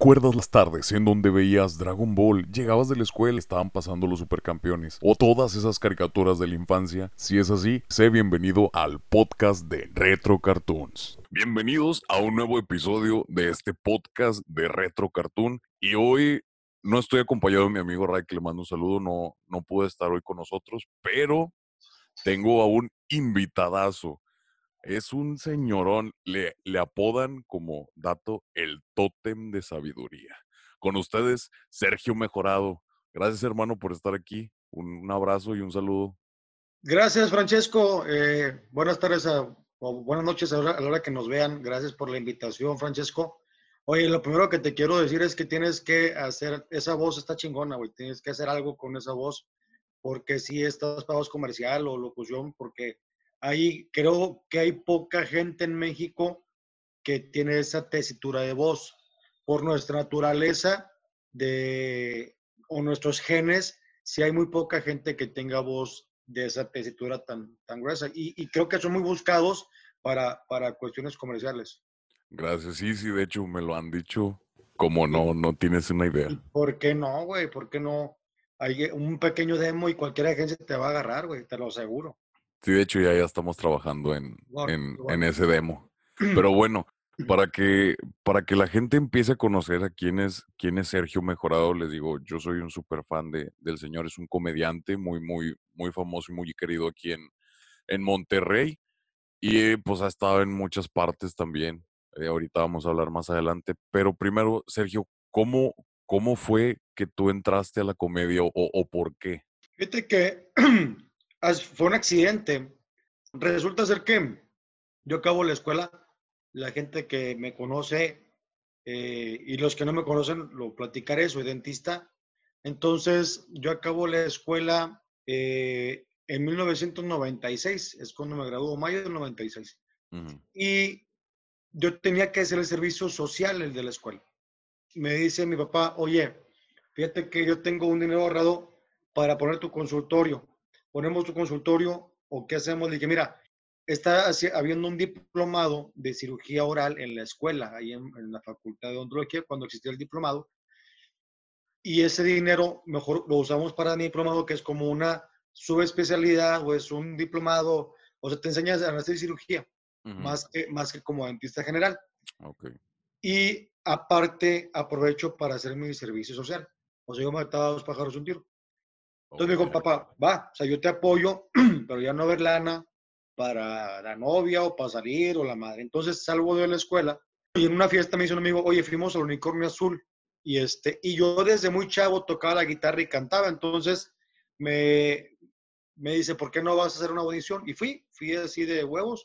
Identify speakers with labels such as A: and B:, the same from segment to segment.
A: ¿Recuerdas las tardes en donde veías Dragon Ball, llegabas de la escuela, estaban pasando los supercampeones o todas esas caricaturas de la infancia? Si es así, sé bienvenido al podcast de Retro Cartoons. Bienvenidos a un nuevo episodio de este podcast de Retro Cartoon y hoy no estoy acompañado de mi amigo Ray, que le mando un saludo, no pude estar hoy con nosotros, pero tengo a un invitadazo. Es un señorón, le apodan como dato el tótem de sabiduría. Con ustedes, Sergio Mejorado. Gracias, hermano, por estar aquí. Un abrazo y un saludo.
B: Gracias, Francesco. Buenas tardes o buenas noches a la hora que nos vean. Gracias por la invitación, Francesco. Oye, lo primero que te quiero decir es que tienes que hacer, esa voz está chingona, güey. Tienes que hacer algo con esa voz, porque si estás para voz comercial o locución, porque ahí creo que hay poca gente en México que tiene esa tesitura de voz. Por nuestra naturaleza de, o nuestros genes, si hay muy poca gente que tenga voz de esa tesitura tan gruesa. Y creo que son muy buscados para cuestiones comerciales.
A: Gracias, sí, de hecho me lo han dicho como
B: ¿Y,
A: no tienes una
B: y
A: idea.
B: por qué no, güey? ¿Por qué no? Hay un pequeño demo y cualquier agencia te va a agarrar, güey, te lo aseguro.
A: Sí, de hecho ya estamos trabajando
B: Bueno,
A: en
B: bueno.
A: ese demo. Pero bueno, para para que la gente empiece a conocer a quién es Sergio Mejorado, les digo, yo soy un súper fan del señor, es un comediante muy famoso y muy querido aquí en Monterrey. Y pues ha estado en muchas partes también. Ahorita vamos a hablar más adelante. Pero primero, Sergio, ¿cómo fue que tú entraste a la comedia o por qué?
B: Fíjate que fue un accidente. Resulta ser que yo acabo la escuela, la gente que me conoce y los que no me conocen, lo platicaré, soy dentista. Entonces, yo acabo la escuela en 1996, es cuando me graduó, mayo del 96.
A: Ujú.
B: Y yo tenía que hacer el servicio social, el de la escuela. Me dice mi papá, oye, fíjate que yo tengo un dinero ahorrado para poner tu consultorio. Ponemos tu consultorio o qué hacemos. Le dije, mira, está habiendo un diplomado de cirugía oral en la escuela, ahí en la Facultad de Odontología, cuando existía el diplomado. Y ese dinero mejor lo usamos para mi diplomado, que es como una subespecialidad o es un diplomado, o sea, te enseñas a hacer cirugía,
A: Ujú.
B: más que como dentista general.
A: Ok,
B: Y aparte aprovecho para hacer mi servicio social. O sea, yo me mataba dos pájaros de un tiro. Entonces me dijo,
A: órale.
B: papá, va, o sea, yo te apoyo, pero ya no haber lana para la novia o para salir o la madre. Entonces salgo de la escuela y en una fiesta me dice un amigo, oye, fuimos al Unicornio Azul. Y yo desde muy chavo tocaba la guitarra y cantaba. Entonces me, me dice, ¿por qué no vas a hacer una audición? Y fui así de huevos.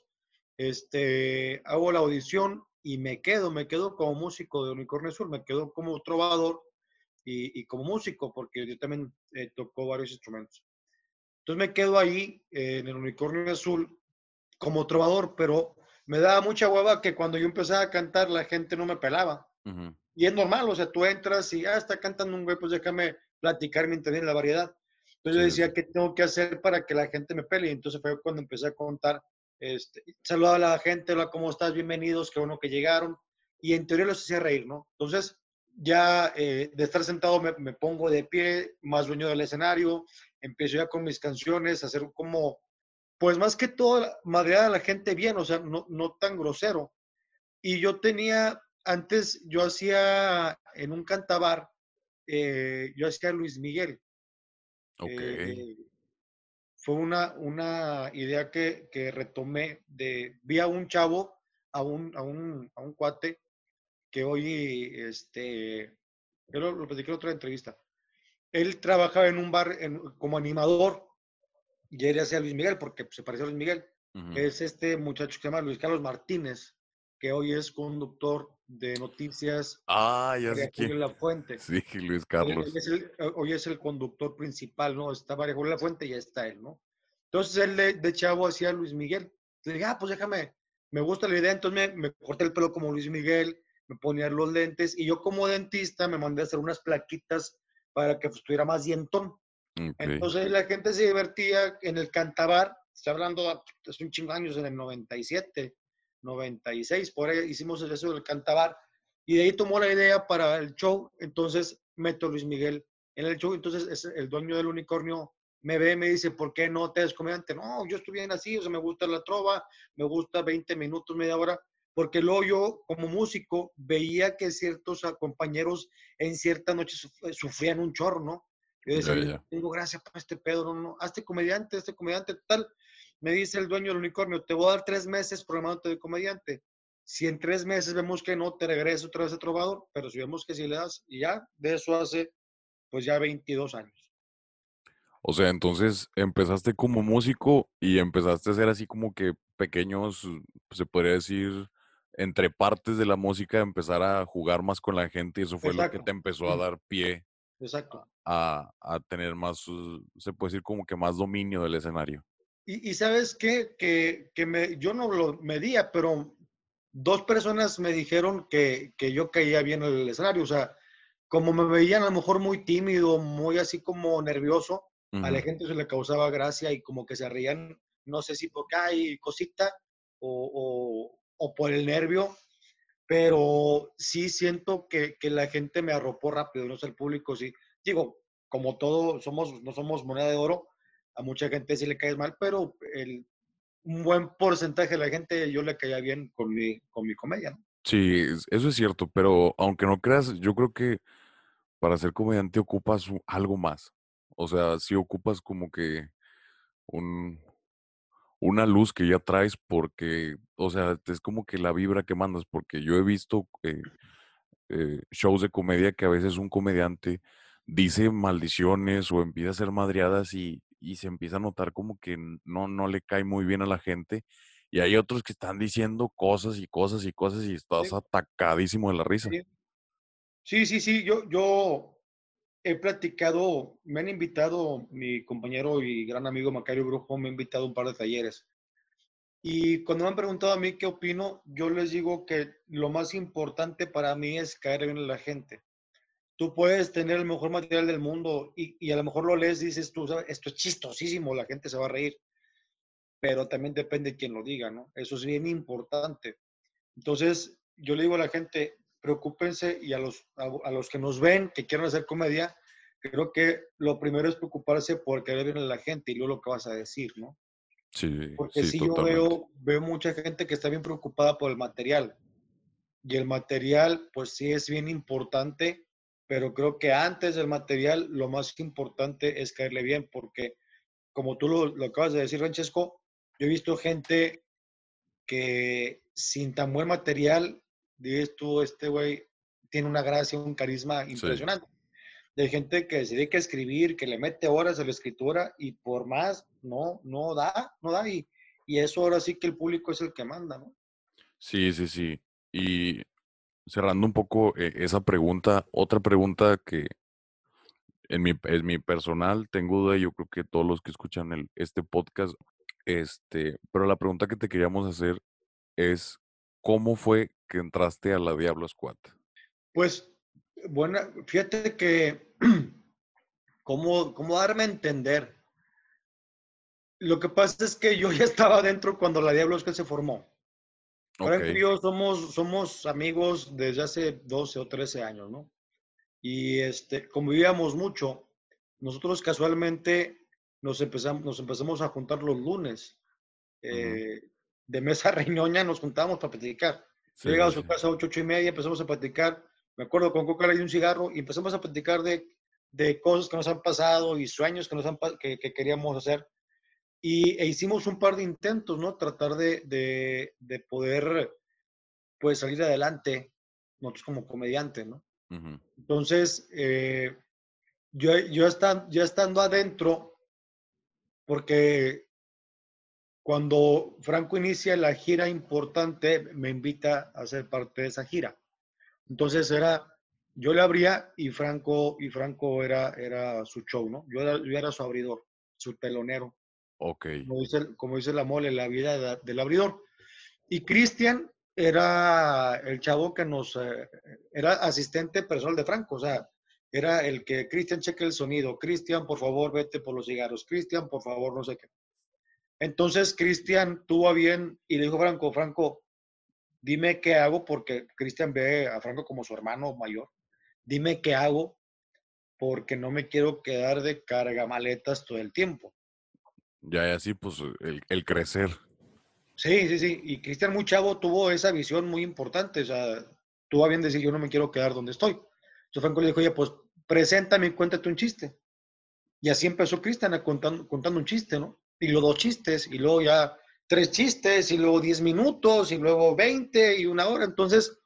B: Hago la audición y me quedo como músico de Unicornio Azul, me quedo como trovador y como músico, porque yo también tocó varios instrumentos. Entonces me quedo ahí en el Unicornio Azul como trovador, pero me daba mucha hueva que cuando yo empezaba a cantar la gente no me pelaba.
A: Ujú.
B: Y es normal, o sea, tú entras y, está cantando un güey, pues déjame platicar mi interés en la variedad. Entonces yo
A: Sí, sí.
B: decía, ¿qué tengo que hacer para que la gente me pele? Y entonces fue cuando empecé a contar, saludaba a la gente, hola, ¿cómo estás? Bienvenidos, qué bueno que llegaron. Y en teoría los hacía reír, ¿no? Entonces ya de estar sentado me pongo de pie, más dueño del escenario, empiezo ya con mis canciones, a hacer como, pues más que todo, madrear a la gente bien, o sea, no tan grosero. Y yo tenía, antes yo hacía en un cantabar, yo hacía Luis Miguel.
A: Ok.
B: Eh, Fue una idea que retomé vi a un chavo, a un cuate, que hoy, yo lo platiqué en otra entrevista. Él trabajaba en un bar como animador y él hacía Luis Miguel porque pues, se parecía a Luis Miguel.
A: Ujú.
B: Es este muchacho que se llama Luis Carlos Martínez, que hoy es conductor de noticias
A: Ah, ya sé
B: María
A: quién.
B: Julia Lafuente.
A: Sí, Luis
B: Él
A: Carlos.
B: hoy es el conductor principal, ¿no? Está María Julia Lafuente y ya está él, ¿no? Entonces él de chavo hacía Luis Miguel. Le dije, pues déjame, me gusta la idea. Entonces me corté el pelo como Luis Miguel, me ponía los lentes y yo como dentista me mandé a hacer unas plaquitas para que pues, estuviera más dientón.
A: Ok.
B: Entonces la gente se divertía en el cantabar, estoy hablando hace un chingo de años, en el 97, 96, por ahí hicimos eso del cantabar Y de ahí tomó la idea para el show, entonces meto a Luis Miguel en el show, entonces es el dueño del unicornio me ve, me dice, ¿por qué no te eres comediante? No, yo estoy bien así, o sea, me gusta la trova, me gusta 20 minutos, media hora, porque luego yo, como músico, veía que ciertos compañeros en ciertas noches sufrían un chorro, ¿no? Yo decía,
A: Ya,
B: yo
A: ya.
B: no tengo gracia para este pedo, no, no, hazte comediante, tal. Me dice el dueño del unicornio, te voy a dar 3 meses programándote de comediante. Si en 3 meses vemos que no, te regreso otra vez a Trovador, pero si vemos que sí le das, y ya, de eso hace, pues ya 22 años.
A: O sea, entonces empezaste como músico y empezaste a hacer así como que pequeños, se podría decir, entre partes de la música, empezar a jugar más con la gente y eso fue lo que
B: Exacto,
A: te empezó a dar pie
B: exacto.
A: a tener más, se puede decir como que más dominio del escenario.
B: Y sabes qué, yo no lo medía, pero 2 personas me dijeron que yo caía bien en el escenario, o sea, como me veían a lo mejor muy tímido, muy así como nervioso, a la
A: Ujú.
B: gente se le causaba gracia y como que se reían, no sé si porque hay cosita o por el nervio, pero sí siento que la gente me arropó rápido, no sé, el público sí. Digo, como todo, no somos moneda de oro, a mucha gente sí le cae mal, pero un buen porcentaje de la gente yo le caía bien con mi comedia, ¿no?
A: Sí, eso es cierto, pero aunque no creas, yo creo que para ser comediante ocupas algo más. O sea, sí ocupas como que un, una luz que ya traes porque, o sea, es como que la vibra que mandas, porque yo he visto shows de comedia que a veces un comediante dice maldiciones o empieza a hacer madreadas y se empieza a notar como que no le cae muy bien a la gente. Y hay otros que están diciendo cosas y cosas y cosas y estás
B: Sí,
A: atacadísimo de la risa.
B: sí, sí. Yo he platicado, me han invitado, mi compañero y gran amigo Macario Brujo me ha invitado a un par de talleres. Y cuando me han preguntado a mí qué opino, yo les digo que lo más importante para mí es caer bien a la gente. Tú puedes tener el mejor material del mundo y a lo mejor lo lees y dices tú, "¿Sabes? Esto es chistosísimo, la gente se va a reír, pero también depende de quién lo diga, ¿no? Eso es bien importante. Entonces, yo le digo a la gente, preocúpense y a los que nos ven, que quieran hacer comedia, creo que lo primero es preocuparse por querer bien a la gente y luego lo que vas a decir, ¿no?
A: Sí,
B: Porque
A: sí,
B: sí yo
A: totalmente.
B: veo mucha gente que está bien preocupada por el material. Y el material, pues sí es bien importante, pero creo que antes del material, lo más importante es caerle bien, porque como tú lo acabas de decir, Francesco, yo he visto gente que sin tan buen material, dices tú, este güey tiene una gracia, un carisma
A: Sí.
B: impresionante. Hay gente que se dedica a escribir, que le mete horas a la escritura y por más, no da. Y eso ahora sí que el público es el que manda, ¿no?
A: Sí, sí, sí. Y cerrando un poco esa pregunta, otra pregunta que en mi personal tengo duda, y yo creo que todos los que escuchan este podcast, pero la pregunta que te queríamos hacer es, ¿cómo fue que entraste a la Diablo Squad?
B: Pues, bueno, fíjate que, ¿cómo darme a entender? Lo que pasa es que yo ya estaba dentro cuando la Diablos que se formó.
A: Ok.
B: Franco y yo somos amigos desde hace 12 o 13 años, ¿no? Y convivíamos mucho. Nosotros casualmente nos empezamos a juntar los lunes.
A: Ujú.
B: eh, de mesa reñoña nos juntábamos para platicar. Yo
A: Sí,
B: llegaba
A: sí,
B: a su
A: sí.
B: casa a 8:30, empezamos a platicar. Me acuerdo con Coca y un cigarro y empezamos a platicar de cosas que nos han pasado y sueños que queríamos hacer. E hicimos un par de intentos, ¿no? Tratar de poder, pues, salir adelante, nosotros como comediantes, ¿no?
A: Ujú.
B: Entonces, ya estando adentro, porque cuando Franco inicia la gira importante, me invita a ser parte de esa gira. Entonces yo le abría y Franco era su show, ¿no? Yo era su abridor, su telonero,
A: Ok.
B: como dice la mole, la vida del abridor. Y Cristian era el chavo que era asistente personal de Franco, o sea, era el que, Cristian, cheque el sonido, Cristian, por favor, vete por los cigarros, Cristian, por favor, no sé qué. Entonces, Cristian tuvo a bien y le dijo Franco, dime qué hago, porque Cristian ve a Franco como su hermano mayor, dime qué hago, porque no me quiero quedar de cargamaletas todo el tiempo.
A: Ya, y así, pues, el crecer.
B: Sí, sí, sí, y Cristian muy chavo tuvo esa visión muy importante, o sea, tuvo a bien decir, yo no me quiero quedar donde estoy. Entonces Franco le dijo, oye, pues, preséntame y cuéntate un chiste. Y así empezó Cristian contando un chiste, ¿no? Y luego dos chistes, y luego ya tres chistes, y luego 10 minutos, y luego 20 y una hora. Entonces,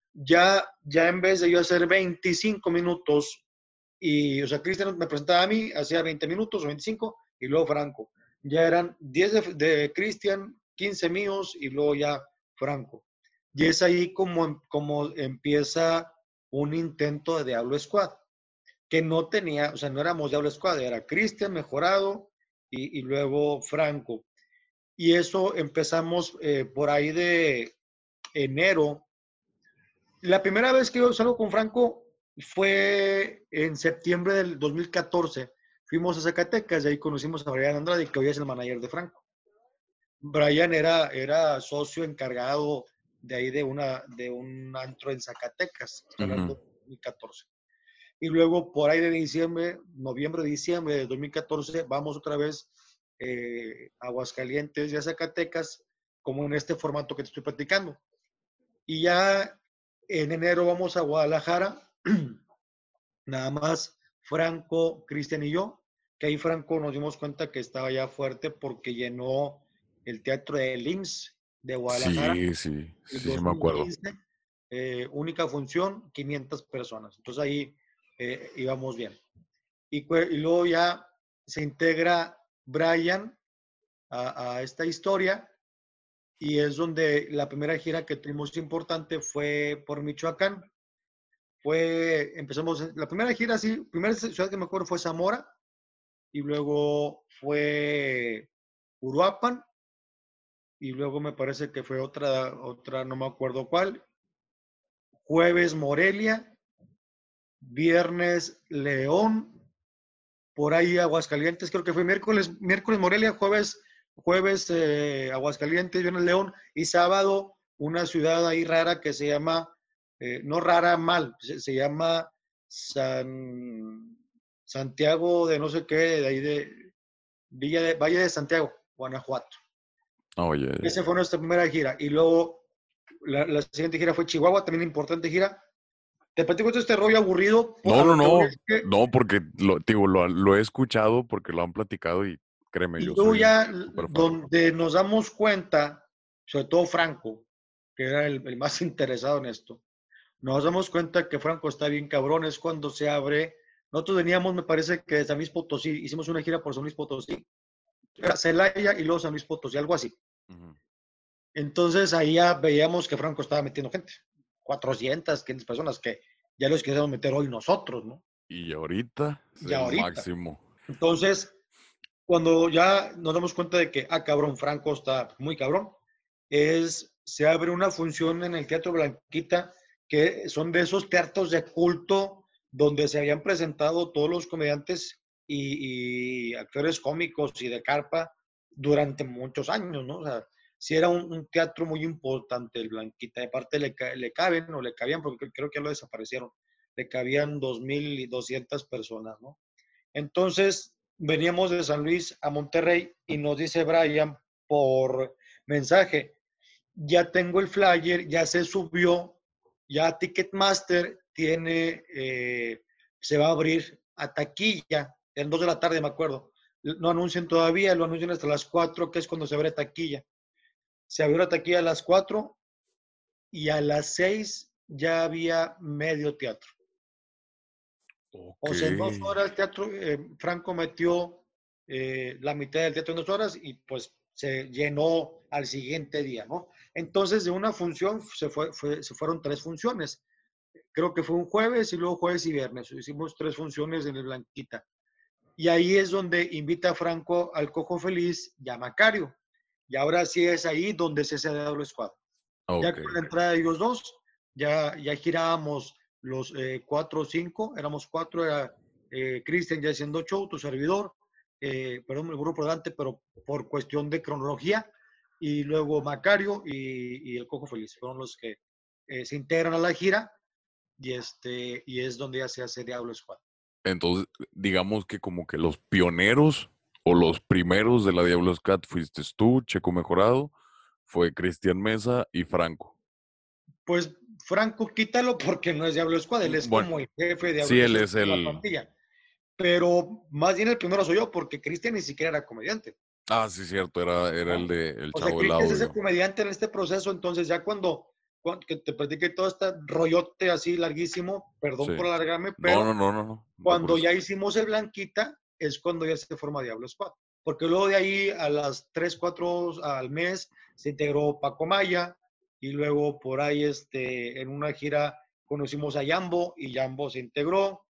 B: ya en vez de yo hacer 25 minutos, y, o sea, Cristian me presentaba a mí, hacía 20 minutos o 25, y luego Franco. Ya eran 10 de Cristian, 15 míos, y luego ya Franco. Y es ahí como empieza un intento de Diablo Squad que no tenía, o sea, no éramos Diablo Squad, era Cristian mejorado y luego Franco. Y eso empezamos por ahí de enero. La primera vez que yo salgo con Franco fue en septiembre del 2014. Fuimos a Zacatecas y ahí conocimos a Brian Andrade, que hoy es el manager de Franco. Brian era socio encargado de ahí de un antro en Zacatecas, está hablando
A: Ujú.
B: de 2014. Y luego por ahí de diciembre, noviembre, diciembre de 2014, vamos otra vez a Aguascalientes y a Zacatecas, como en este formato que te estoy platicando. Y ya en enero vamos a Guadalajara, nada más Franco, Cristian y yo, que ahí Franco nos dimos cuenta que estaba ya fuerte porque llenó el Teatro de Lins de Guadalajara
A: Sí, sí,
B: el
A: sí, sí me acuerdo.
B: 2015, única función, 500 personas. Entonces ahí íbamos bien. Y luego ya se integra Brian a esta historia y es donde la primera gira que tuvimos importante fue por Michoacán. Empezamos, la primera gira, sí, primera ciudad que me acuerdo fue Zamora y luego fue Uruapan y luego me parece que fue otra no me acuerdo cuál. Jueves Morelia, viernes León, por ahí Aguascalientes, creo que fue miércoles Morelia, jueves Aguascalientes, viernes León y sábado una ciudad ahí rara que se llama, no rara mal, se llama Santiago de no sé qué, de ahí de Valle de Santiago, Guanajuato.
A: Oye,
B: Esa fue nuestra primera gira y luego la siguiente gira fue Chihuahua, también importante gira. Te platico todo este rollo aburrido,
A: no,
B: a
A: no,
B: lo que voy es
A: no,
B: que
A: no, porque lo he escuchado, porque lo han platicado y créeme,
B: y
A: yo
B: luego
A: soy
B: ya
A: súper fan.
B: donde nos damos cuenta, sobre todo Franco, que era el más interesado en esto, nos damos cuenta que Franco está bien cabrón, es cuando se abre. Nosotros veníamos, me parece que de San Luis Potosí, hicimos una gira por San Luis Potosí, era Celaya y luego San Luis Potosí, algo así.
A: Ujú.
B: Entonces ahí ya veíamos que Franco estaba metiendo gente, 400, 500 personas, que ya los queríamos meter hoy nosotros, ¿no?
A: Y ahorita es
B: Ya
A: el
B: ahorita.
A: máximo.
B: Entonces, cuando ya nos damos cuenta de que, cabrón, Franco está muy cabrón, se abre una función en el Teatro Blanquita, que son de esos teatros de culto donde se habían presentado todos los comediantes y actores cómicos y de carpa durante muchos años, ¿no? O sea, sí era un teatro muy importante el Blanquita. De parte le caben o le cabían, porque creo que ya lo desaparecieron, le cabían 2,200 personas, ¿no? Entonces, veníamos de San Luis a Monterrey y nos dice Brian por mensaje, ya tengo el flyer, ya se subió, ya Ticketmaster se va a abrir a taquilla, en 2 de la tarde me acuerdo. No anuncian todavía, lo anuncian hasta las 4, que es cuando se abre taquilla. Se abrió la taquilla a las 4 y a las 6 ya había medio teatro.
A: Ok.
B: O sea, en 2 horas teatro, Franco metió la mitad del teatro en 2 horas y pues se llenó al siguiente día, ¿no? Entonces de una función se fueron 3 funciones. Creo que fue un jueves y luego jueves y viernes. Hicimos 3 funciones en el Blanquita. Y ahí es donde invita a Franco al Cojo Feliz y a Macario. Y ahora sí es ahí donde se ha dado el escuadro. Ya
A: Ok.
B: con la entrada de ellos dos, ya girábamos los 4 o 5, éramos 4, era Cristian ya haciendo show, tu servidor, perdón, el grupo delante, pero por cuestión de cronología, y luego Macario y el Cojo Feliz. Fueron los que se integran a la gira y es donde ya se hace Diablo Squad.
A: Entonces, digamos que como que los pioneros o los primeros de la Diablo Squad fuiste tú, Checo Mejorado, fue Cristian Mesa y Franco.
B: Pues Franco, quítalo porque no es Diablo Squad, él es
A: Bueno,
B: como el jefe de
A: sí,
B: Diablo,
A: él
B: es
A: es
B: la
A: el...
B: plantilla. Pero más bien el primero soy yo, porque Cristian ni siquiera era comediante.
A: Ah, sí, cierto, era el
B: ¿No?
A: de El
B: O sea,
A: Chavo del
B: Cristian es el
A: Audio.
B: comediante en este proceso, entonces ya cuando que te platiqué todo este rollote así larguísimo, perdón
A: Sí.
B: por alargarme,
A: No, no,
B: pero
A: no, no, no, no te
B: cuando
A: apures.
B: ya hicimos el Blanquita, es cuando ya se forma Diablo Squad. Porque luego de ahí a las 3 4 al mes se integró Paco Maya y luego por ahí en una gira conocimos a Yambo y Yambo se integró.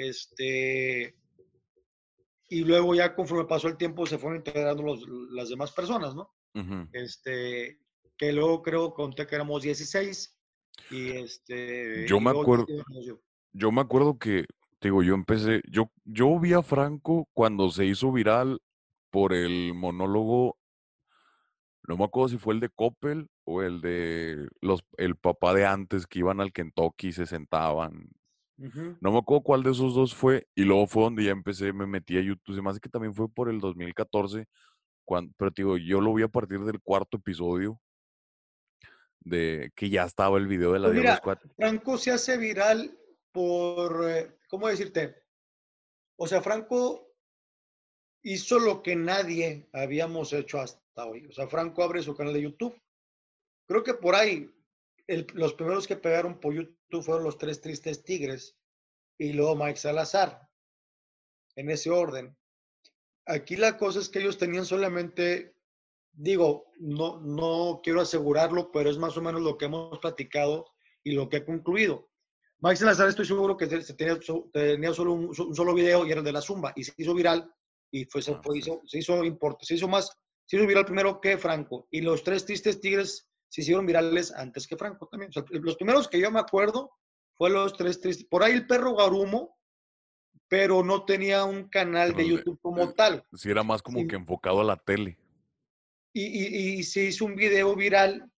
B: Y luego ya conforme pasó el tiempo se fueron integrando las demás personas, ¿no?
A: Ujú.
B: Que luego creo conté que éramos 16
A: Yo
B: y
A: me
B: luego
A: acuerdo, yo me acuerdo que, te digo, yo empecé, yo vi a Franco cuando se hizo viral por el monólogo, no me acuerdo si fue el de Coppel o el de el papá de antes que iban al Kentucky y se sentaban.
B: uh-huh.
A: No me acuerdo cuál de esos dos fue, y luego fue donde ya empecé, me metí a YouTube. Se me hace que también fue por el 2014, pero te digo, yo lo vi a partir del cuarto episodio de que ya estaba el video de la
B: Pues
A: Diablo
B: mira,
A: Squad.
B: Franco se hace viral por, ¿cómo decirte? O sea, Franco hizo lo que nadie habíamos hecho hasta hoy. O sea, Franco abre su canal de YouTube. Creo que por ahí los primeros que pegaron por YouTube fueron los Tres Tristes Tigres y luego Mike Salazar, en ese orden. Aquí la cosa es que ellos tenían solamente, digo, no quiero asegurarlo, pero es más o menos lo que hemos platicado y lo que he concluido. Mike Salazar estoy seguro que tenía solo un solo video y era el de la Zumba y se hizo viral y
A: Ah, sí.
B: se hizo viral primero que Franco y los Tres Tristes Tigres se hicieron virales antes que Franco también. O sea, los primeros que yo me acuerdo fue los Tres Tristes. Por ahí el perro Garumo, pero no tenía un canal
A: Pero
B: de YouTube
A: eh,
B: como tal.
A: sí era más como
B: Y,
A: que enfocado a la tele.
B: y se hizo un video viral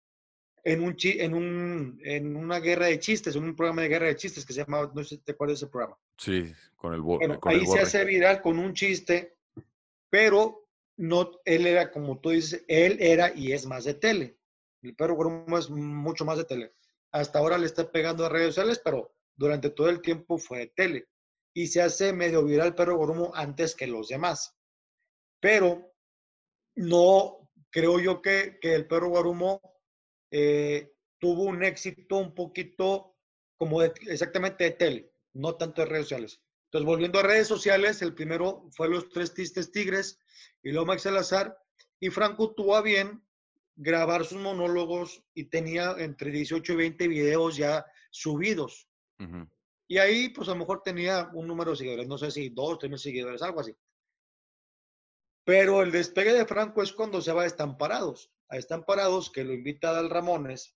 B: en una guerra de chistes, en un programa de guerra de chistes que se llamaba, no sé si te acuerdas de ese programa.
A: Sí,
B: Bueno,
A: con el
B: ahí se
A: Borre.
B: hace viral con un chiste, pero no, él era, como tú dices, él era y es más de tele. El perro Grumo es mucho más de tele. Hasta ahora le está pegando a redes sociales, pero durante todo el tiempo fue de tele. Y se hace medio viral el perro Grumo antes que los demás. Pero no creo yo que el perro Guarumo tuvo un éxito un poquito como exactamente de tele, no tanto de redes sociales. Entonces, volviendo a redes sociales, el primero fue Los Tres Tristes Tigres y luego Max Salazar, y Franco tuvo a bien grabar sus monólogos y tenía entre 18 y 20 videos ya subidos.
A: Ujú.
B: Y ahí, pues a lo mejor tenía un número de seguidores, no sé si 2, 3 mil seguidores, algo así. Pero el despegue de Franco es cuando se va a Estamparados. A Estamparados, que lo invita a Dal Ramones.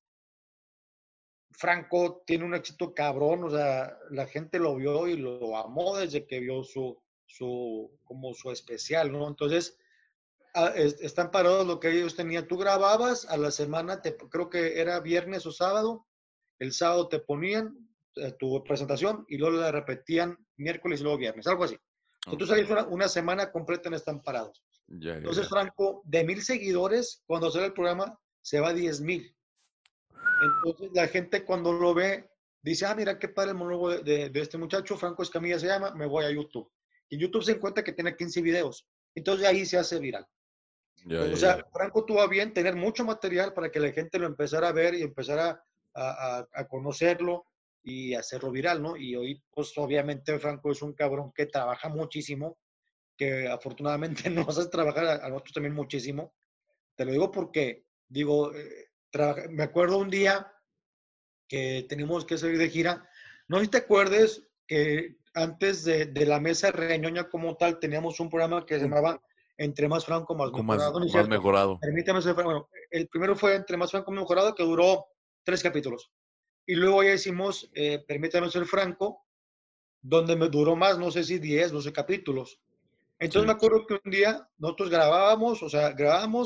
B: Franco tiene un éxito cabrón, o sea, la gente lo vio y lo amó desde que vio como su especial, ¿no? Entonces, están parados lo que ellos tenían. Tú grababas a la semana, creo que era viernes o sábado, el sábado te ponían tu presentación y luego la repetían miércoles y luego viernes, algo así.
A: Ok.
B: Entonces, salías una semana completa en Están Parados.
A: Ya, ya,
B: Entonces,
A: ya.
B: Franco, de 1000 seguidores, cuando sale el programa, se va a 10,000. Entonces, la gente cuando lo ve, dice, ah, mira qué padre el monólogo de este muchacho, Franco Escamilla se llama, me voy a YouTube. Y YouTube se encuentra que tiene 15 videos. Entonces, ahí se hace viral.
A: Ya,
B: O
A: ya,
B: sea,
A: ya.
B: Franco tuvo a bien tener mucho material para que la gente lo empezara a ver y empezara a conocerlo y hacerlo viral, ¿no? Y hoy, pues obviamente Franco es un cabrón que trabaja muchísimo, que afortunadamente nos hace trabajar a nosotros también muchísimo. Te lo digo porque, digo, me acuerdo un día que teníamos que salir de gira. No sé si te acuerdes que antes de la mesa reñoña como tal, teníamos un programa que se
A: Un
B: llamaba Entre Más Franco, Más
A: poco más,
B: Mejorado. No es
A: más
B: cierto.
A: mejorado.
B: Permítame ser bueno, el primero fue Entre Más Franco, Más Mejorado, que duró 3 capítulos. Y luego ya hicimos Permítame ser franco, donde me duró más, no sé si 10, 12 capítulos. Entonces
A: Sí.
B: me acuerdo que un día nosotros grabábamos, o sea, grabábamos,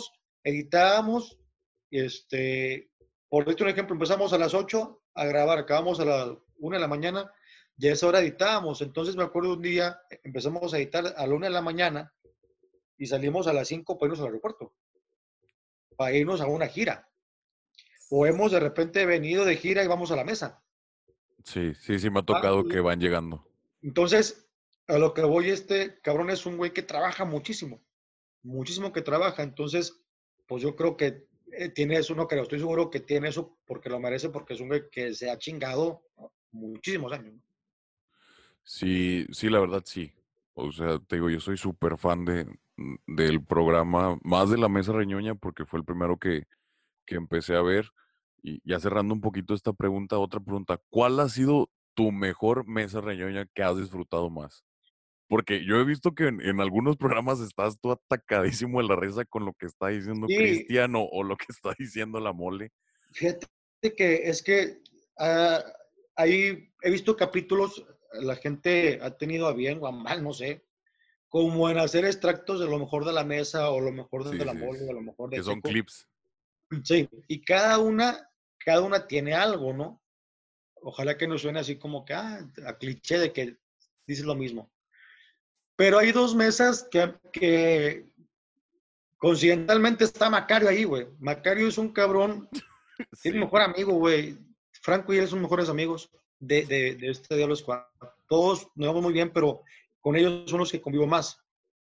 B: editábamos, por decirte un ejemplo, empezamos a las 8 a grabar, acabamos a las 1 de la mañana, ya a esa hora editábamos. Entonces me acuerdo un día, empezamos a editar a la 1 de la mañana y salimos a las 5 para irnos al aeropuerto, para irnos a una gira. O hemos de repente venido de gira y vamos a la mesa.
A: Sí, sí, sí me ha
B: Ah,
A: tocado que van llegando.
B: entonces, a lo que voy, este cabrón es un güey que trabaja muchísimo, muchísimo que trabaja. Entonces, pues yo creo que tiene eso, no creo, estoy seguro que tiene eso porque lo merece, porque es un güey que se ha chingado, ¿no?, muchísimos años, ¿no?
A: Sí, sí, la verdad sí. O sea, te digo, yo soy súper fan del programa, más de La Mesa Reñoña, porque fue el primero que empecé a ver. Y ya cerrando un poquito esta pregunta, otra pregunta, ¿cuál ha sido tu mejor Mesa Reñoña que has disfrutado más? Porque yo he visto que en algunos programas estás tú atacadísimo en la risa con lo que está diciendo
B: Y
A: Cristian o lo que está diciendo la mole.
B: fíjate que es que ah, ahí he visto capítulos, la gente ha tenido a bien o a mal, no sé, como en hacer extractos de lo mejor de la mesa o lo mejor de
A: Sí,
B: la
A: sí,
B: mole
A: sí.
B: o lo mejor de
A: Que son
B: Checo.
A: clips.
B: Sí, y cada una tiene algo, ¿no? Ojalá que no suene así como que, a cliché de que dices lo mismo. Pero hay dos mesas que coincidentalmente está Macario ahí, güey. Macario es un cabrón, es mi
A: Sí.
B: mejor amigo, güey. Franco y él son mejores amigos de este Diablo Squad. Todos nos vamos muy bien, pero con ellos son los que convivo más.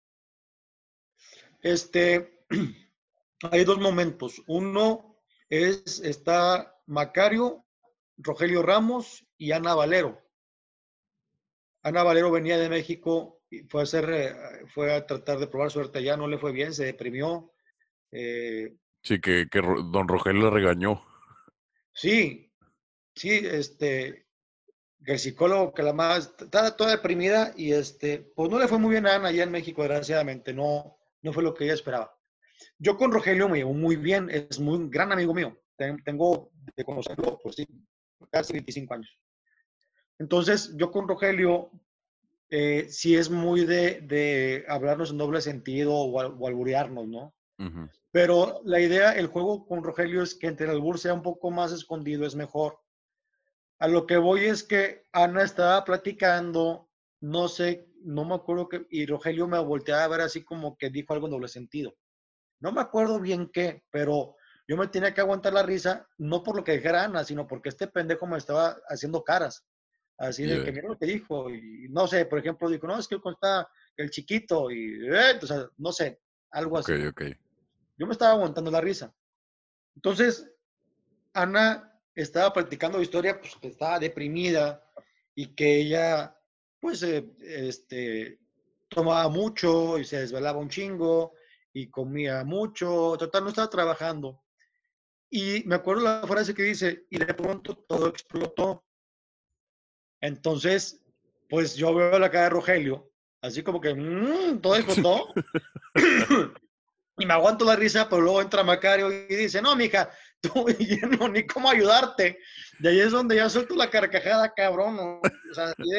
B: Este, hay dos momentos. Uno está Macario, Rogelio Ramos y Ana Valero. Ana Valero venía de México y fue a tratar de probar suerte allá, no le fue bien, se deprimió. Eh,
A: Sí, que don Rogelio le regañó.
B: sí, sí, que el psicólogo que la más estaba toda deprimida y pues no le fue muy bien a Ana allá en México, desgraciadamente, no fue lo que ella esperaba. Yo con Rogelio me llevo muy bien, es muy un gran amigo mío. Tengo de conocerlo, pues sí, casi 25 años. Entonces, yo con Rogelio sí es muy de hablarnos en doble sentido o alburearnos, ¿no?
A: Ujú.
B: Pero la idea, el juego con Rogelio es que entre el albur sea un poco más escondido, es mejor. A lo que voy es que Ana estaba platicando, no sé, no me acuerdo qué, y Rogelio me volteaba a ver así como que dijo algo en doble sentido. No me acuerdo bien qué, pero yo me tenía que aguantar la risa, no por lo que dijera Ana, sino porque este pendejo me estaba haciendo caras. Así de que
A: Yeah.
B: mira lo que dijo, y no sé, por ejemplo, dijo, no, es que está el chiquito, o sea, no sé, algo
A: Ok,
B: así.
A: ok.
B: Yo me estaba aguantando la risa. Entonces, Ana estaba practicando historia, pues que estaba deprimida y que ella, pues, tomaba mucho y se desvelaba un chingo y comía mucho, total, no estaba trabajando. Y me acuerdo la frase que dice, y de pronto todo explotó. Entonces, pues yo veo la cara de Rogelio, así como que, todo explotó. Y me aguanto la risa, pero luego entra Macario y dice, no, mija, tú yo no, ni cómo ayudarte. Y ahí es donde ya suelto la carcajada, cabrón, ¿no? O sea, así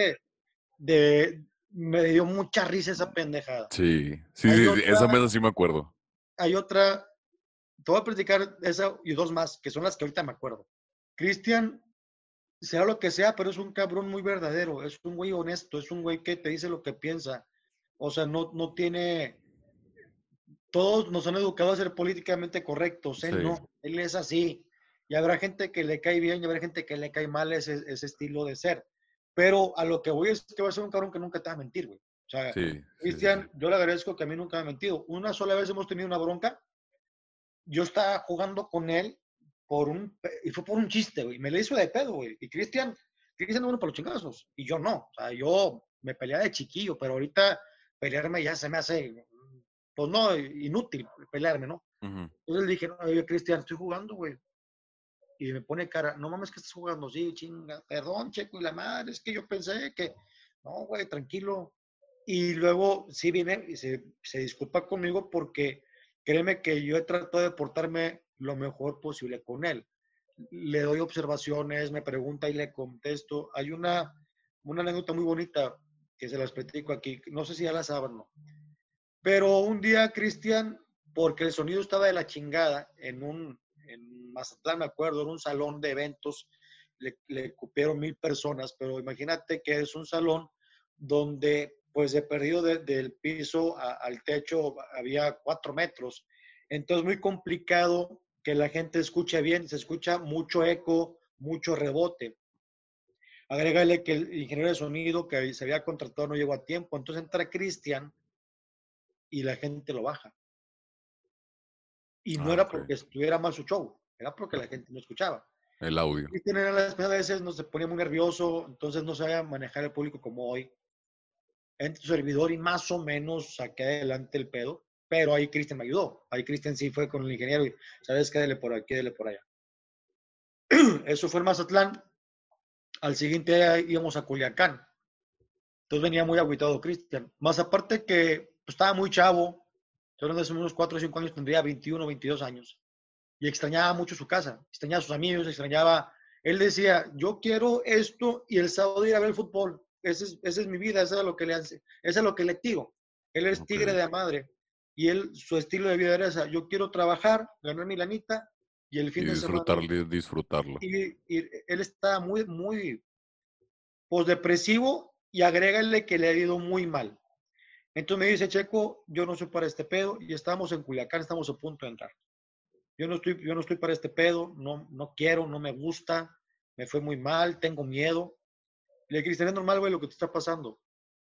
B: me dio mucha risa esa pendejada.
A: Sí, sí,
B: Hay
A: sí, sí,
B: otra,
A: esa mesa sí me acuerdo.
B: hay otra, te voy a platicar esa y dos más, que son las que ahorita me acuerdo. Cristian, sea lo que sea, pero es un cabrón muy verdadero, es un güey honesto, es un güey que te dice lo que piensa. O sea, no tiene, todos nos han educado a ser políticamente correctos, él
A: Sí,
B: no, él es así. Y habrá gente que le cae bien y habrá gente que le cae mal ese estilo de ser. Pero a lo que voy es que va a ser un cabrón que nunca te va a mentir, güey. O sea,
A: sí, sí, sí, sí.
B: Cristian, yo le agradezco que a mí nunca me ha mentido. Una sola vez hemos tenido una bronca, yo estaba jugando con él y fue por un chiste, güey. Me le hizo de pedo, güey. Y Cristian no bueno para los chingazos. Y yo no. O sea, yo me peleaba de chiquillo, pero ahorita pelearme ya se me hace, pues no, inútil pelearme, ¿no?
A: Ujú.
B: Entonces le dije, no, oye, Cristian, estoy jugando, güey. Y me pone cara, no mames que estás jugando, sí, chinga, perdón, Checo, y la madre, es que yo pensé que, no, güey, tranquilo. Y luego sí viene y se disculpa conmigo porque créeme que yo he tratado de portarme lo mejor posible con él. Le doy observaciones, me pregunta y le contesto. Hay una anécdota muy bonita que se las platico aquí, no sé si ya la saben, ¿no? Pero un día, Cristian, porque el sonido estaba de la chingada en Mazatlán, me acuerdo, en un salón de eventos, le cupieron 1,000 personas, pero imagínate que es un salón donde pues de perdido del piso al techo había 4 metros. Entonces muy complicado que la gente escuche bien, se escucha mucho eco, mucho rebote. Agrégale que el ingeniero de sonido que se había contratado no llegó a tiempo, entonces entra Cristian y la gente lo baja. Y no era
A: Ok.
B: porque estuviera mal su show, era porque la gente no escuchaba.
A: El audio.
B: Cristian era las primeras veces, no se ponía muy nervioso, entonces no sabía manejar el público como hoy. Entre su servidor y más o menos saqué adelante el pedo, pero ahí Cristian me ayudó. Ahí Cristian sí fue con el ingeniero y, ¿sabes qué? Dele por aquí, dele por allá. Eso fue en Mazatlán. Al siguiente día íbamos a Culiacán. Entonces venía muy agüitado Cristian. Más aparte que pues, estaba muy chavo, yo de unos 4 o 5 años, tendría 21, 22 años. Y extrañaba mucho su casa, extrañaba a sus amigos, extrañaba. Él decía, yo quiero esto y el sábado ir a ver el fútbol. Esa es mi vida, eso es lo que le hace, eso es lo que le tiro. Él es
A: Ok.
B: tigre de madre y él, su estilo de vida era esa. Yo quiero trabajar, ganar mi lanita y el
A: Y
B: fin de semana.
A: disfrutarlo.
B: Y él está muy, muy posdepresivo y agrégale que le ha ido muy mal. Entonces me dice, Checo, yo no soy para este pedo y estamos en Culiacán, estamos a punto de entrar. Yo no estoy para este pedo, no quiero, no me gusta, me fue muy mal, tengo miedo. Le dije, Cristian, es normal, güey, lo que te está pasando,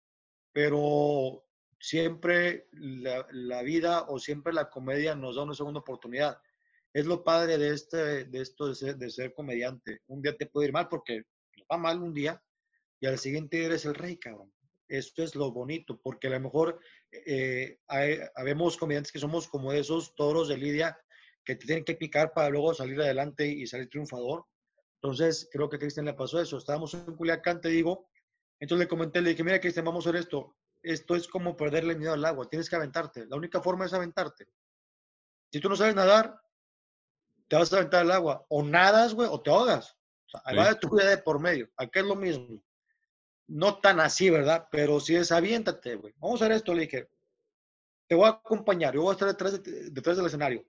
B: pero siempre la vida o siempre la comedia nos da una segunda oportunidad. Es lo padre de esto de ser comediante. Un día te puede ir mal porque nos va mal un día y al siguiente día eres el rey, cabrón. Esto es lo bonito, porque a lo mejor habemos comediantes que somos como esos toros de lidia que te tienen que picar para luego salir adelante y salir triunfador. Entonces, creo que a Cristian le pasó eso. Estábamos en Culiacán, te digo. Entonces le comenté, le dije, mira, Cristian, vamos a hacer esto. Esto es como perderle miedo al agua. Tienes que aventarte. La única forma es aventarte. Si tú no sabes nadar, te vas a aventar al agua. O nadas, güey, o te ahogas. O sea, ahí va
A: Sí.
B: de tu vida de por medio. Aquí es lo mismo. No tan así, ¿verdad? Pero si es aviéntate, güey. Vamos a hacer esto, le dije. Te voy a acompañar. Yo voy a estar detrás del escenario.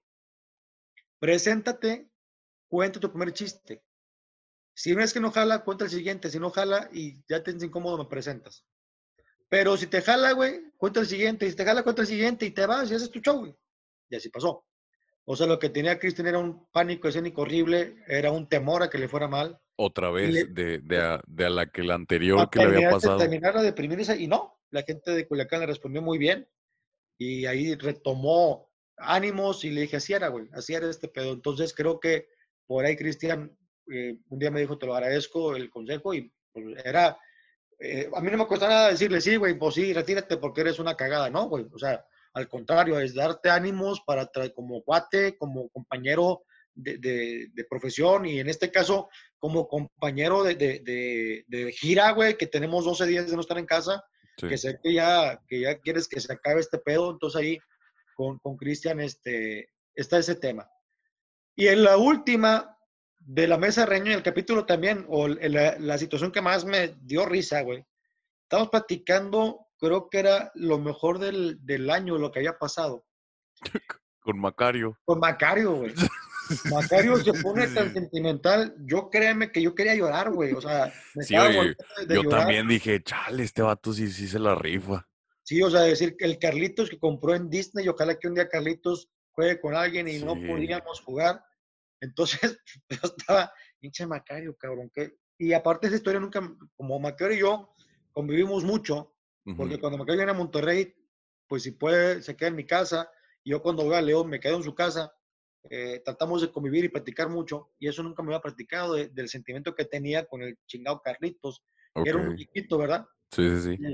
B: Preséntate, cuenta tu primer chiste. Si ves que no jala, cuenta el siguiente. Si no jala y ya te sientes incómodo, me presentas. Pero si te jala, güey, cuenta el siguiente. Y si te jala, cuenta el siguiente y te vas y haces tu show, güey. Y así pasó. O sea, lo que tenía Cristian era un pánico escénico horrible, era un temor a que le fuera mal.
A: Otra
B: Y
A: vez de a la que la anterior
B: a
A: que le había pasado.
B: terminar a deprimirse y no. La gente de Culiacán le respondió muy bien y ahí retomó ánimos y le dije, así era, güey, así era este pedo. Entonces creo que por ahí Cristian un día me dijo, te lo agradezco el consejo y pues, era a mí no me cuesta nada decirle, sí, güey, pues sí, retírate porque eres una cagada, ¿no, güey? O sea, al contrario, es darte ánimos para como cuate, como compañero de profesión y en este caso como compañero de gira, güey, que tenemos 12 días de no estar en casa,
A: Sí.
B: que sé que ya quieres que se acabe este pedo, entonces ahí con Cristian está ese tema. Y en la última de la mesa reño, en el capítulo también, o la situación que más me dio risa, güey. Estamos platicando, creo que era lo mejor del año, lo que había pasado.
A: Con Macario.
B: Con Macario, güey. Macario se pone tan sentimental. Yo créeme que yo quería llorar, güey. O sea, me
A: Sí,
B: estaba
A: oye,
B: volviendo de
A: yo
B: llorar.
A: también dije, chale, este vato sí se la rifa.
B: Sí, o sea, decir que el Carlitos que compró en Disney, ojalá que un día Carlitos juegue con alguien y no
A: Sí.
B: podíamos jugar. Entonces, yo estaba, hinche Macario, cabrón. Y aparte esa historia nunca, como Macario y yo convivimos mucho,
A: Ujú.
B: porque cuando Macario viene a Monterrey, pues si puede, se queda en mi casa, y yo cuando voy a León me quedo en su casa, tratamos de convivir y platicar mucho, y eso nunca me había platicado del sentimiento que tenía con el chingado Carlitos, que
A: Ok.
B: era un muñequito, ¿verdad?
A: Sí, sí, sí.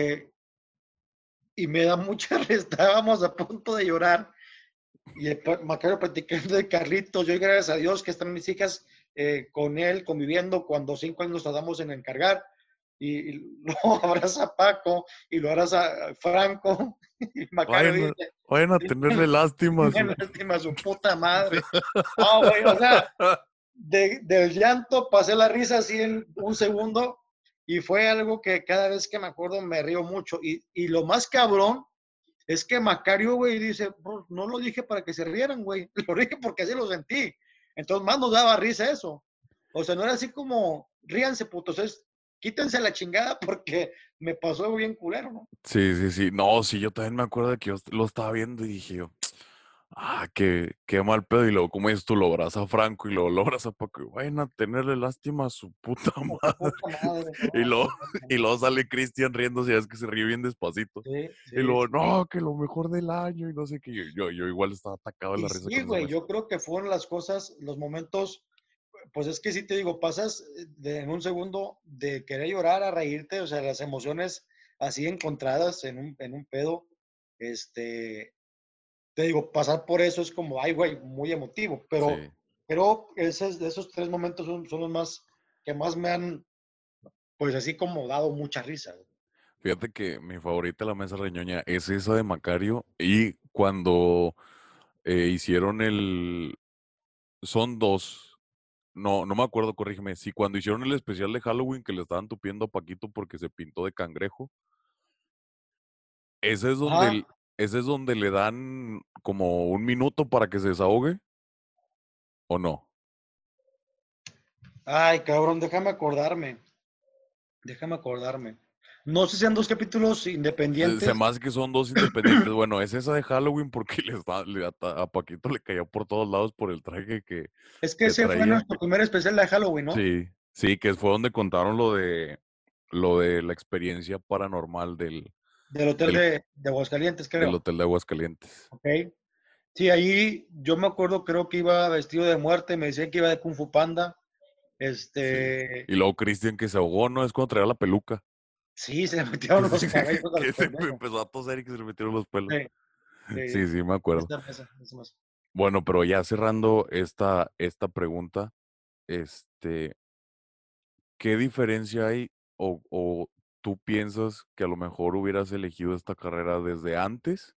B: Y me da mucha risa, estábamos a punto de llorar, y Macario platicando de Carlitos, yo gracias a Dios que están mis hijas con él conviviendo cuando 5 años nos tardamos en encargar y lo abraza a Paco y lo abraza a Franco y Macario
A: Vayan, vayan a tenerle lástima a
B: tiene
A: su...
B: lástima a su puta madre. No, güey, o sea, del llanto pasé la risa así en un segundo y fue algo que cada vez que me acuerdo me río mucho y lo más cabrón es que Macario, güey, dice, "Bro, no lo dije para que se rieran, güey, lo dije porque así lo sentí. Entonces más nos daba risa eso. O sea, no era así como, ríanse, putos, es, quítense la chingada porque me pasó algo bien culero, ¿no?
A: Sí, sí, sí. No, sí, yo también me acuerdo de que yo lo estaba viendo y dije yo, qué mal pedo. Y luego, como dices tú, lo abrazas a Franco y luego lo abrazas para que vayan a tenerle lástima a su puta
B: Como su
A: madre.
B: puta madre,
A: Y
B: ¿no?
A: luego,
B: Sí,
A: y luego sale Cristian riéndose, ya es que se ríe bien despacito.
B: sí,
A: Y
B: sí,
A: luego,
B: sí.
A: no, que lo mejor del año y no sé qué. Yo igual estaba atacado de
B: Y
A: la risa
B: sí,
A: con esa
B: güey,
A: mesa.
B: yo creo que fueron las cosas, los momentos, pues es que sí te digo, pasas en un segundo de querer llorar a reírte, o sea, las emociones así encontradas en un pedo, este, te digo, pasar por eso es como, ay, güey, muy emotivo,
A: Sí.
B: pero esos tres momentos son los más, que más me han, pues así como dado mucha risa. Güey.
A: Fíjate que mi favorita de la mesa reñoña es esa de Macario. Y cuando hicieron son dos. No, no me acuerdo, corrígeme. Si cuando hicieron el especial de Halloween que le estaban tupiendo a Paquito porque se pintó de cangrejo, ese es donde,
B: Ajá,
A: ese es donde le dan como un minuto para que se desahogue, ¿o no?
B: ay, cabrón, déjame acordarme. No sé si sean dos capítulos
A: Se
B: independientes.
A: me hace que son dos independientes. Bueno, es esa de Halloween porque a Paquito le caía por todos lados por el traje
B: Es que
A: que
B: ese fue
A: traía.
B: nuestro primer especial de Halloween, ¿no?
A: Sí, sí, que fue donde contaron lo de la experiencia paranormal
B: Del hotel
A: del,
B: de Aguascalientes,
A: del
B: creo.
A: hotel de Aguascalientes.
B: Ok. Sí, ahí yo me acuerdo, creo que iba vestido de muerte, me decían que iba de Kung Fu Panda.
A: Sí.
B: Este,
A: Y luego Cristian que se ahogó, ¿no? Es cuando traía la peluca.
B: sí, se le
A: Que
B: metieron
A: se,
B: los cabellos al
A: que se
B: pendejo.
A: empezó a toser y que se le metieron los pelos.
B: Sí, sí,
A: Sí, sí, me acuerdo.
B: esa más.
A: Bueno, pero ya cerrando esta pregunta, este, ¿qué diferencia hay o tú piensas que a lo mejor hubieras elegido esta carrera desde antes?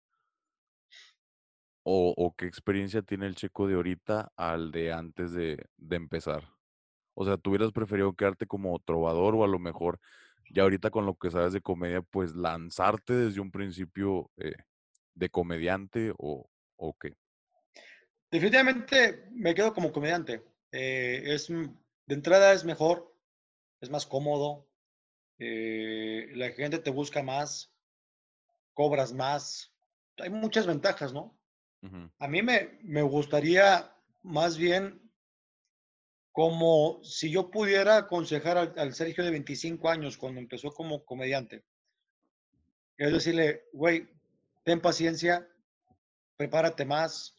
A: ¿O qué experiencia tiene el Checo de ahorita al de antes de empezar? O sea, ¿tú hubieras preferido quedarte como trovador o a lo mejor ya ahorita con lo que sabes de comedia, pues lanzarte desde un principio de comediante o qué?
B: Definitivamente me quedo como comediante. De entrada es mejor, es más cómodo, la gente te busca más, cobras más. Hay muchas ventajas, ¿no?
A: Ujú,
B: A mí me gustaría más bien como si yo pudiera aconsejar al Sergio de 25 años cuando empezó como comediante. Es decirle, güey, ten paciencia, prepárate más,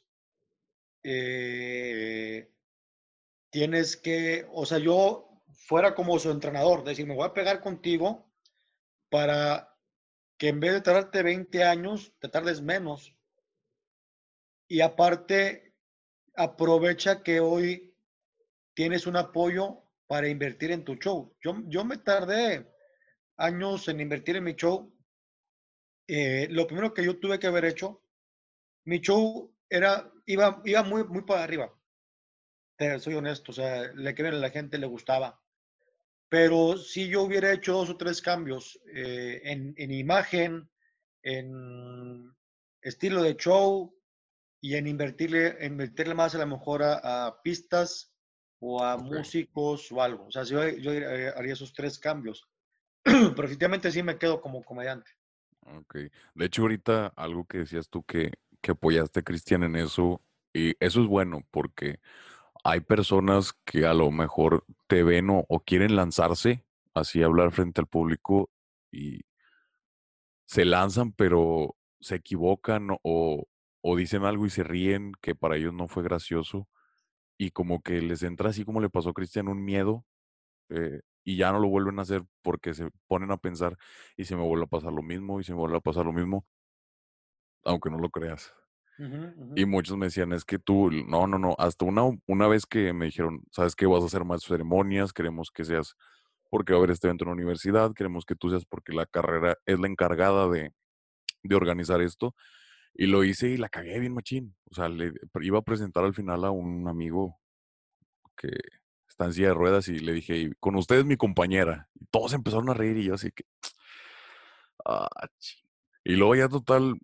B: eh, tienes que, o sea, yo fuera como su entrenador, decir, me voy a pegar contigo para que en vez de tardarte 20 años, te tardes menos. Y aparte, aprovecha que hoy tienes un apoyo para invertir en tu show. Yo me tardé años en invertir en mi show. Lo primero que yo tuve que haber hecho, mi show iba muy, muy para arriba. Soy honesto, o sea, le que a la gente le gustaba. Pero si yo hubiera hecho dos o tres cambios en imagen, en estilo de show y en invertirle más a lo mejor a pistas o a
A: ok,
B: músicos o algo. O sea, si yo haría esos tres cambios. Pero efectivamente sí me quedo como comediante.
A: ok. De hecho, ahorita algo que decías tú que apoyaste a Cristian en eso, y eso es bueno porque hay personas que a lo mejor te ven o quieren lanzarse, así a hablar frente al público y se lanzan, pero se equivocan o dicen algo y se ríen que para ellos no fue gracioso y como que les entra así como le pasó a Cristian un miedo y ya no lo vuelven a hacer porque se ponen a pensar y se me vuelve a pasar lo mismo y se me vuelve a pasar lo mismo, aunque no lo creas.
B: Uh -huh, uh
A: Y
B: -huh.
A: muchos me decían, es que tú, no, no, no, hasta una vez que me dijeron, sabes que vas a hacer más ceremonias, queremos que seas, porque va a haber este evento en la universidad, queremos que tú seas porque la carrera es la encargada de organizar esto. Y lo hice y la cagué bien machín. O sea, le iba a presentar al final a un amigo que está en silla de ruedas y le dije, "Y con ustedes mi compañera". Y todos empezaron a reír y yo así que, ah, y luego ya total,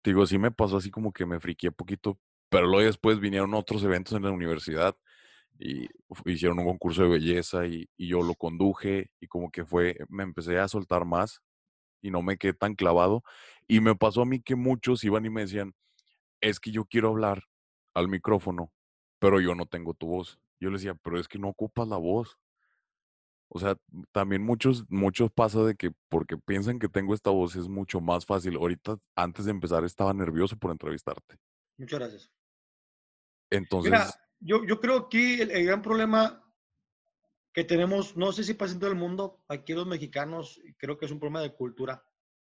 A: Te digo, sí me pasó así como que me friqué poquito, pero luego después vinieron otros eventos en la universidad y hicieron un concurso de belleza y yo lo conduje y como que me empecé a soltar más y no me quedé tan clavado. Y me pasó a mí que muchos iban y me decían, es que yo quiero hablar al micrófono, pero yo no tengo tu voz. Yo les decía, pero es que no ocupas la voz. O sea, también muchos pasa de que porque piensan que tengo esta voz es mucho más fácil. Ahorita, antes de empezar, estaba nervioso por entrevistarte.
B: Muchas gracias. Mira,
A: Entonces,
B: yo creo aquí el gran problema que tenemos, no sé si pasa en todo el mundo, aquí los mexicanos, creo que es un problema de cultura.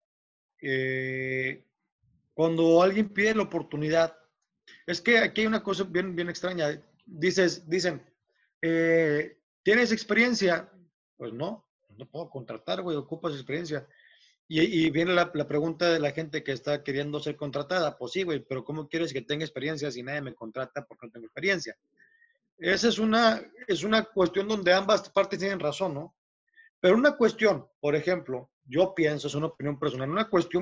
B: Eh, Cuando alguien pide la oportunidad, es que aquí hay una cosa bien extraña. Dicen, ¿tienes experiencia? Pues no puedo contratar, güey, ocupas experiencia. Y viene la pregunta de la gente que está queriendo ser contratada. Pues sí, güey, pero ¿cómo quieres que tenga experiencia si nadie me contrata porque no tengo experiencia? Esa es una cuestión donde ambas partes tienen razón, ¿no? Pero una cuestión, por ejemplo, yo pienso, es una opinión personal, una cuestión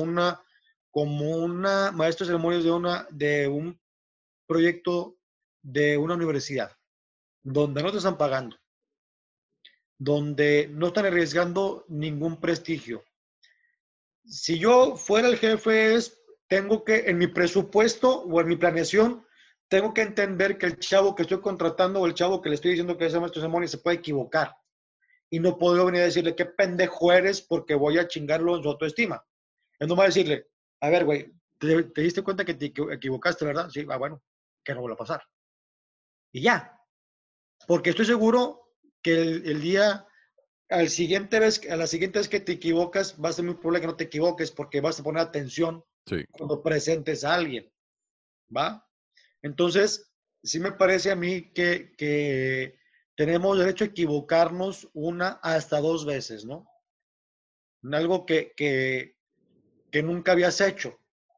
B: como una maestra de ceremonias de un proyecto de una universidad, donde no te están pagando, donde no están arriesgando ningún prestigio. Si yo fuera el jefe, tengo que, en mi presupuesto o en mi planeación, tengo que entender que el chavo que estoy contratando o el chavo que le estoy diciendo que es maestro de ceremonia se puede equivocar. Y no puedo venir a decirle qué pendejo eres porque voy a chingarlo en su autoestima. Es nomás decirle, a ver, güey, te diste cuenta que te equivocaste, ¿verdad? Sí, bueno, que no vuelva a pasar. Y ya, porque estoy seguro que el día, a la siguiente vez que te equivocas, va a ser muy probable que no te equivoques porque vas a poner atención
A: sí.
B: cuando presentes a alguien, ¿va? Entonces, sí me parece a mí que tenemos derecho a equivocarnos una hasta dos veces, ¿no? Algo que nunca habías hecho.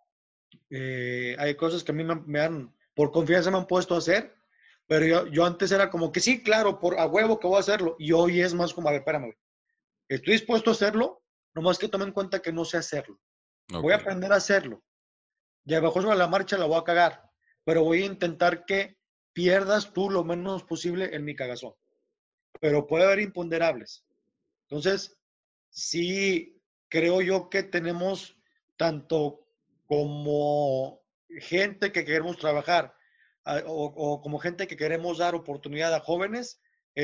B: Hay cosas que a mí por confianza me han puesto a hacer, pero yo antes era como que sí, claro, a huevo que voy a hacerlo. Y hoy es más como, a ver, espérame, estoy dispuesto a hacerlo, nomás que tome en cuenta que no sé hacerlo. Voy
A: Ok.
B: a aprender a hacerlo. Y a lo mejor sobre la marcha la voy a cagar, pero voy a intentar que pierdas tú lo menos posible en mi cagazón. Pero puede haber imponderables. Entonces, sí, creo yo que tenemos tanto como gente que queremos trabajar o como gente que queremos dar oportunidad a jóvenes,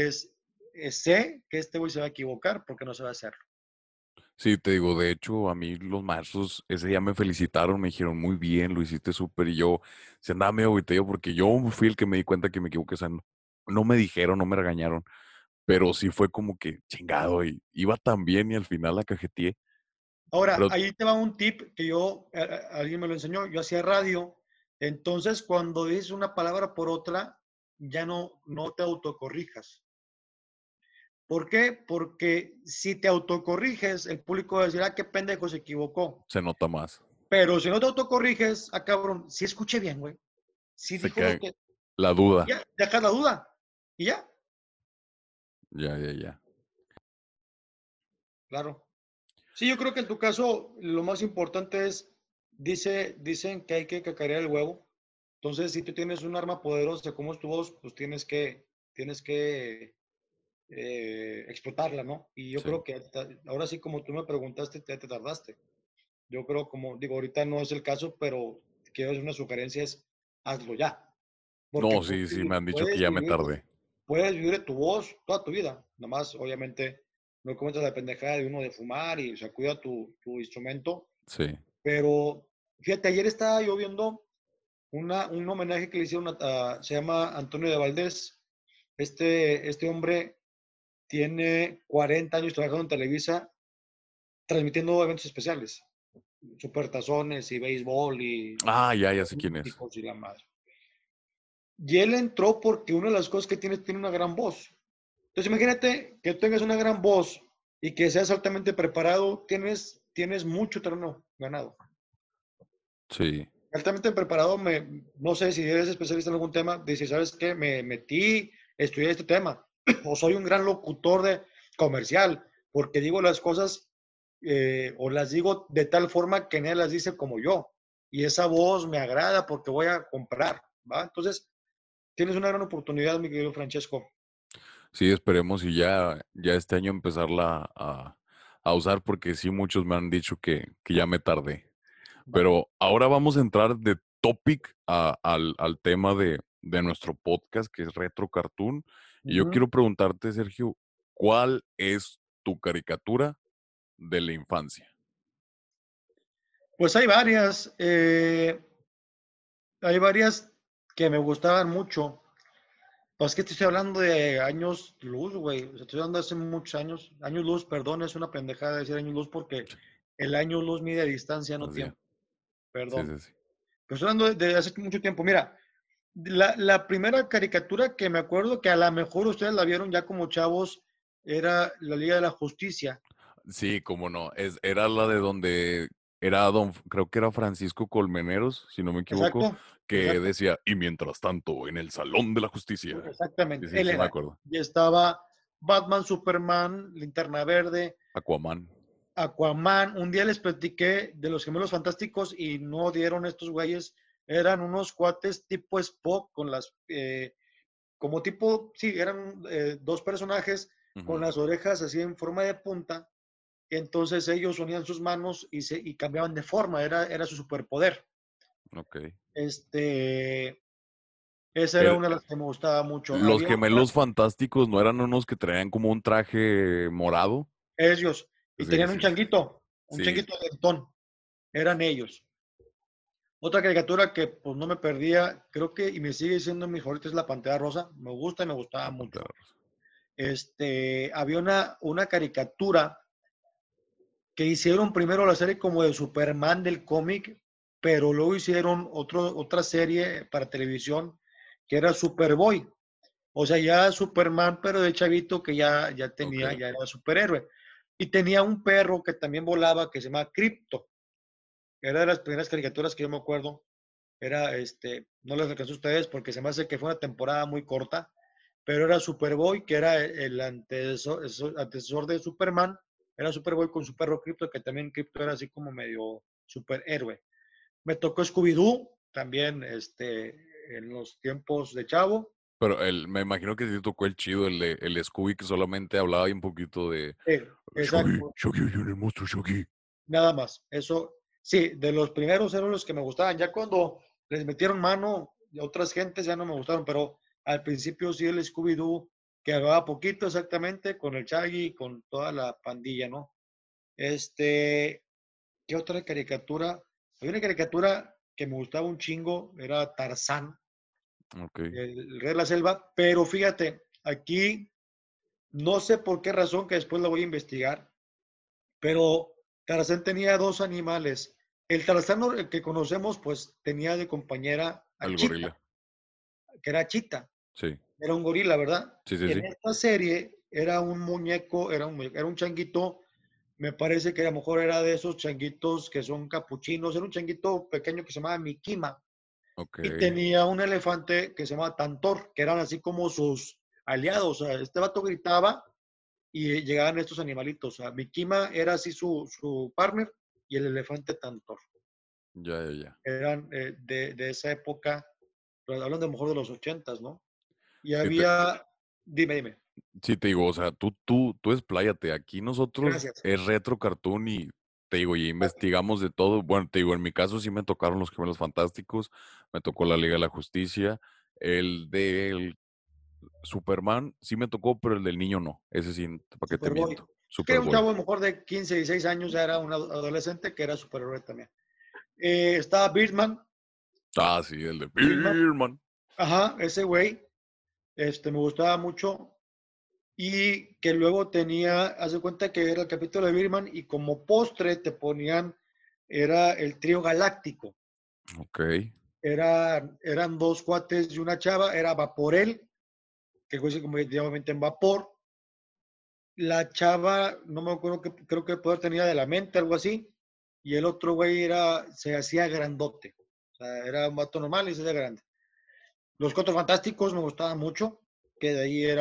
B: sé que este güey se va a equivocar porque no se va a hacerlo.
A: Sí, te digo, de hecho, a mí los maestros ese día me felicitaron, me dijeron muy bien, lo hiciste súper, y yo se andaba medio agüitado porque yo fui el que me di cuenta que me equivoqué, o sea, no me dijeron, no me regañaron, pero sí fue como que chingado, y iba tan bien y al final la cajeteé,
B: Ahora,
A: pero
B: ahí te va un tip que alguien me lo enseñó, yo hacía radio, entonces cuando dices una palabra por otra, ya no te autocorrijas. ¿Por qué? Porque si te autocorriges, el público va a decir, ah, qué pendejo se equivocó.
A: se nota más,
B: Pero si no te autocorriges, ah, cabrón, sí escuché bien, güey. Sí
A: se
B: dijo lo
A: queda
B: que.
A: la duda,
B: Ya, deja la duda. Y ya,
A: ya.
B: claro. Sí, yo creo que en tu caso lo más importante es, dicen que hay que cacarear el huevo. Entonces, si tú tienes un arma poderosa como es tu voz, pues tienes que explotarla, ¿no? Y yo
A: Sí.
B: creo que ahora sí, como tú me preguntaste, te tardaste. Yo creo, como digo, ahorita no es el caso, pero quiero hacer una sugerencia, es hazlo ya. Porque
A: No, sí, sí, me han dicho que
B: puedes
A: ya me
B: vivir,
A: tardé,
B: puedes vivir de tu voz toda tu vida. Nada más, obviamente, no cometas la pendejada de uno de fumar y, o sea, cuida tu instrumento.
A: sí.
B: Pero, fíjate, ayer estaba yo viendo un homenaje que le hicieron se llama Antonio de Valdés. Este hombre tiene 40 años trabajando en Televisa, transmitiendo eventos especiales, supertazones y béisbol y
A: Ah, ya sé quién es.
B: olímpicos y la madre. Y él entró porque una de las cosas que tiene una gran voz. Entonces imagínate que tengas una gran voz y que seas altamente preparado, tienes mucho terreno ganado.
A: Sí.
B: Altamente preparado, no sé si eres especialista en algún tema, dices, ¿sabes qué? Me metí, estudié este tema, o soy un gran locutor de comercial, porque digo las cosas o las digo de tal forma que nadie las dice como yo. y esa voz me agrada porque voy a comprar, ¿va? Entonces, tienes una gran oportunidad, mi querido Francesco.
A: Sí, esperemos y ya este año empezarla a usar porque sí muchos me han dicho que ya me tardé.
B: Va.
A: Pero ahora vamos a entrar de topic al tema de nuestro podcast que es Retro Cartoon. Y yo
B: Ujú.
A: quiero preguntarte, Sergio, ¿cuál es tu caricatura de la infancia?
B: Pues hay varias que me gustaban mucho. Pues que te estoy hablando de años luz, güey. O sea, estoy hablando de hace muchos años. Años luz, perdón, es una pendejada decir años luz porque el año luz mide distancia, no
A: Así es.
B: tiempo.
A: Sí,
B: Perdón.
A: sí, sí.
B: Pero estoy hablando de hace mucho tiempo. Mira, la primera caricatura que me acuerdo que a lo mejor ustedes la vieron ya como chavos era la Liga de la Justicia.
A: Sí, cómo no. Era la de donde era creo que era Francisco Colmeneros, si no me equivoco,
B: Exacto,
A: que
B: exacto,
A: decía, y mientras tanto, en el Salón de la Justicia. Sí,
B: exactamente.
A: sí,
B: Él
A: sí me
B: era.
A: acuerdo.
B: Y estaba Batman, Superman, Linterna Verde,
A: Aquaman.
B: Aquaman. Un día les platiqué de los Gemelos Fantásticos y no dieron estos güeyes. Eran unos cuates tipo Spock con como tipo, sí, eran dos personajes con
A: Ujú.
B: las orejas así en forma de punta. Entonces ellos unían sus manos y cambiaban de forma, era su superpoder.
A: Ok.
B: Este, esa era
A: El-
B: una de las que me gustaba mucho.
A: los
B: Había otra,
A: gemelos fantásticos no eran unos que traían como un traje morado.
B: ellos, y
A: Sí,
B: tenían
A: sí,
B: un
A: sí.
B: changuito de dentón, eran ellos. Otra caricatura que pues no me perdía, creo que, y me sigue siendo mi favorita, es La Pantera Rosa. Me gusta y me gustaba
A: La Pantera
B: mucho.
A: Rosa.
B: Había una caricatura que hicieron primero la serie como de Superman del cómic, pero luego hicieron otra serie para televisión que era Superboy. O sea, ya Superman, pero de chavito que
A: Ok.
B: ya era superhéroe. Y tenía un perro que también volaba que se llama Crypto. Era de las primeras caricaturas que yo me acuerdo. Era no les alcanzó a ustedes porque se me hace que fue una temporada muy corta, pero era Superboy, que era el antecesor de Superman. Era Superboy con su perro Crypto, que también Crypto era así como medio superhéroe. Me tocó Scooby-Doo, también en los tiempos de Chavo.
A: Pero me imagino que sí te tocó el chido, el Scooby que solamente hablaba y un poquito de Shaggy,
B: Exacto,
A: Shaggy, viene el monstruo Shaggy.
B: nada más. Eso, sí, de los primeros eran los que me gustaban. Ya cuando les metieron mano, otras gentes ya no me gustaron, pero al principio sí el Scooby-Doo, que hablaba poquito exactamente con el Shaggy, con toda la pandilla, ¿no? ¿Qué otra caricatura? Había una caricatura que me gustaba un chingo, era Tarzán,
A: Ok.
B: el rey de la selva, pero fíjate, aquí no sé por qué razón, que después la voy a investigar, pero Tarzán tenía dos animales. El Tarzán el que conocemos, pues tenía de compañera a
A: El
B: Chita,
A: gorila.
B: que era Chita,
A: Sí.
B: era un gorila, ¿verdad?
A: Sí, sí,
B: En
A: sí.
B: esta serie era un muñeco, era un changuito, me parece que a lo mejor era de esos changuitos que son capuchinos, era un changuito pequeño que se llamaba Mikima,
A: Ok.
B: y tenía un elefante que se llamaba Tantor, que eran así como sus aliados. O sea, este vato gritaba y llegaban estos animalitos. O sea, Mikima era así su partner y el elefante Tantor.
A: Ya, ya, ya.
B: Eran de esa época, pero hablan de lo mejor de los ochentas, ¿no? Y
A: Sí,
B: había, dime,
A: sí, te digo, o sea, tú expláyate. Aquí nosotros
B: gracias.
A: es retro cartoon y te digo, y investigamos de todo. Bueno, te digo, en mi caso sí me tocaron los Gemelos Fantásticos, me tocó la Liga de la Justicia, el del Superman sí me tocó, pero el del niño no. Ese sí, ¿para qué te
B: Superboy.
A: miento?
B: Es que era un
A: Superboy.
B: chavo a lo mejor de 15, 16 años, ya era un adolescente que era superhéroe también. Estaba Birdman,
A: Ah, sí, el de
B: Birdman,
A: Beerman.
B: ajá, ese güey, me gustaba mucho. Y que luego tenía, haz de cuenta que era el capítulo de Birman y como postre te ponían, era el trío galáctico.
A: Ok,
B: Eran dos cuates y una chava, era Vaporel, que el güey se convertía obviamente en vapor. La chava, no me acuerdo, creo que el poder tenía de la mente, algo así. Y el otro güey se hacía grandote. O sea, era un vato normal y se hacía grande. Los Cuatro Fantásticos me gustaban mucho, que de ahí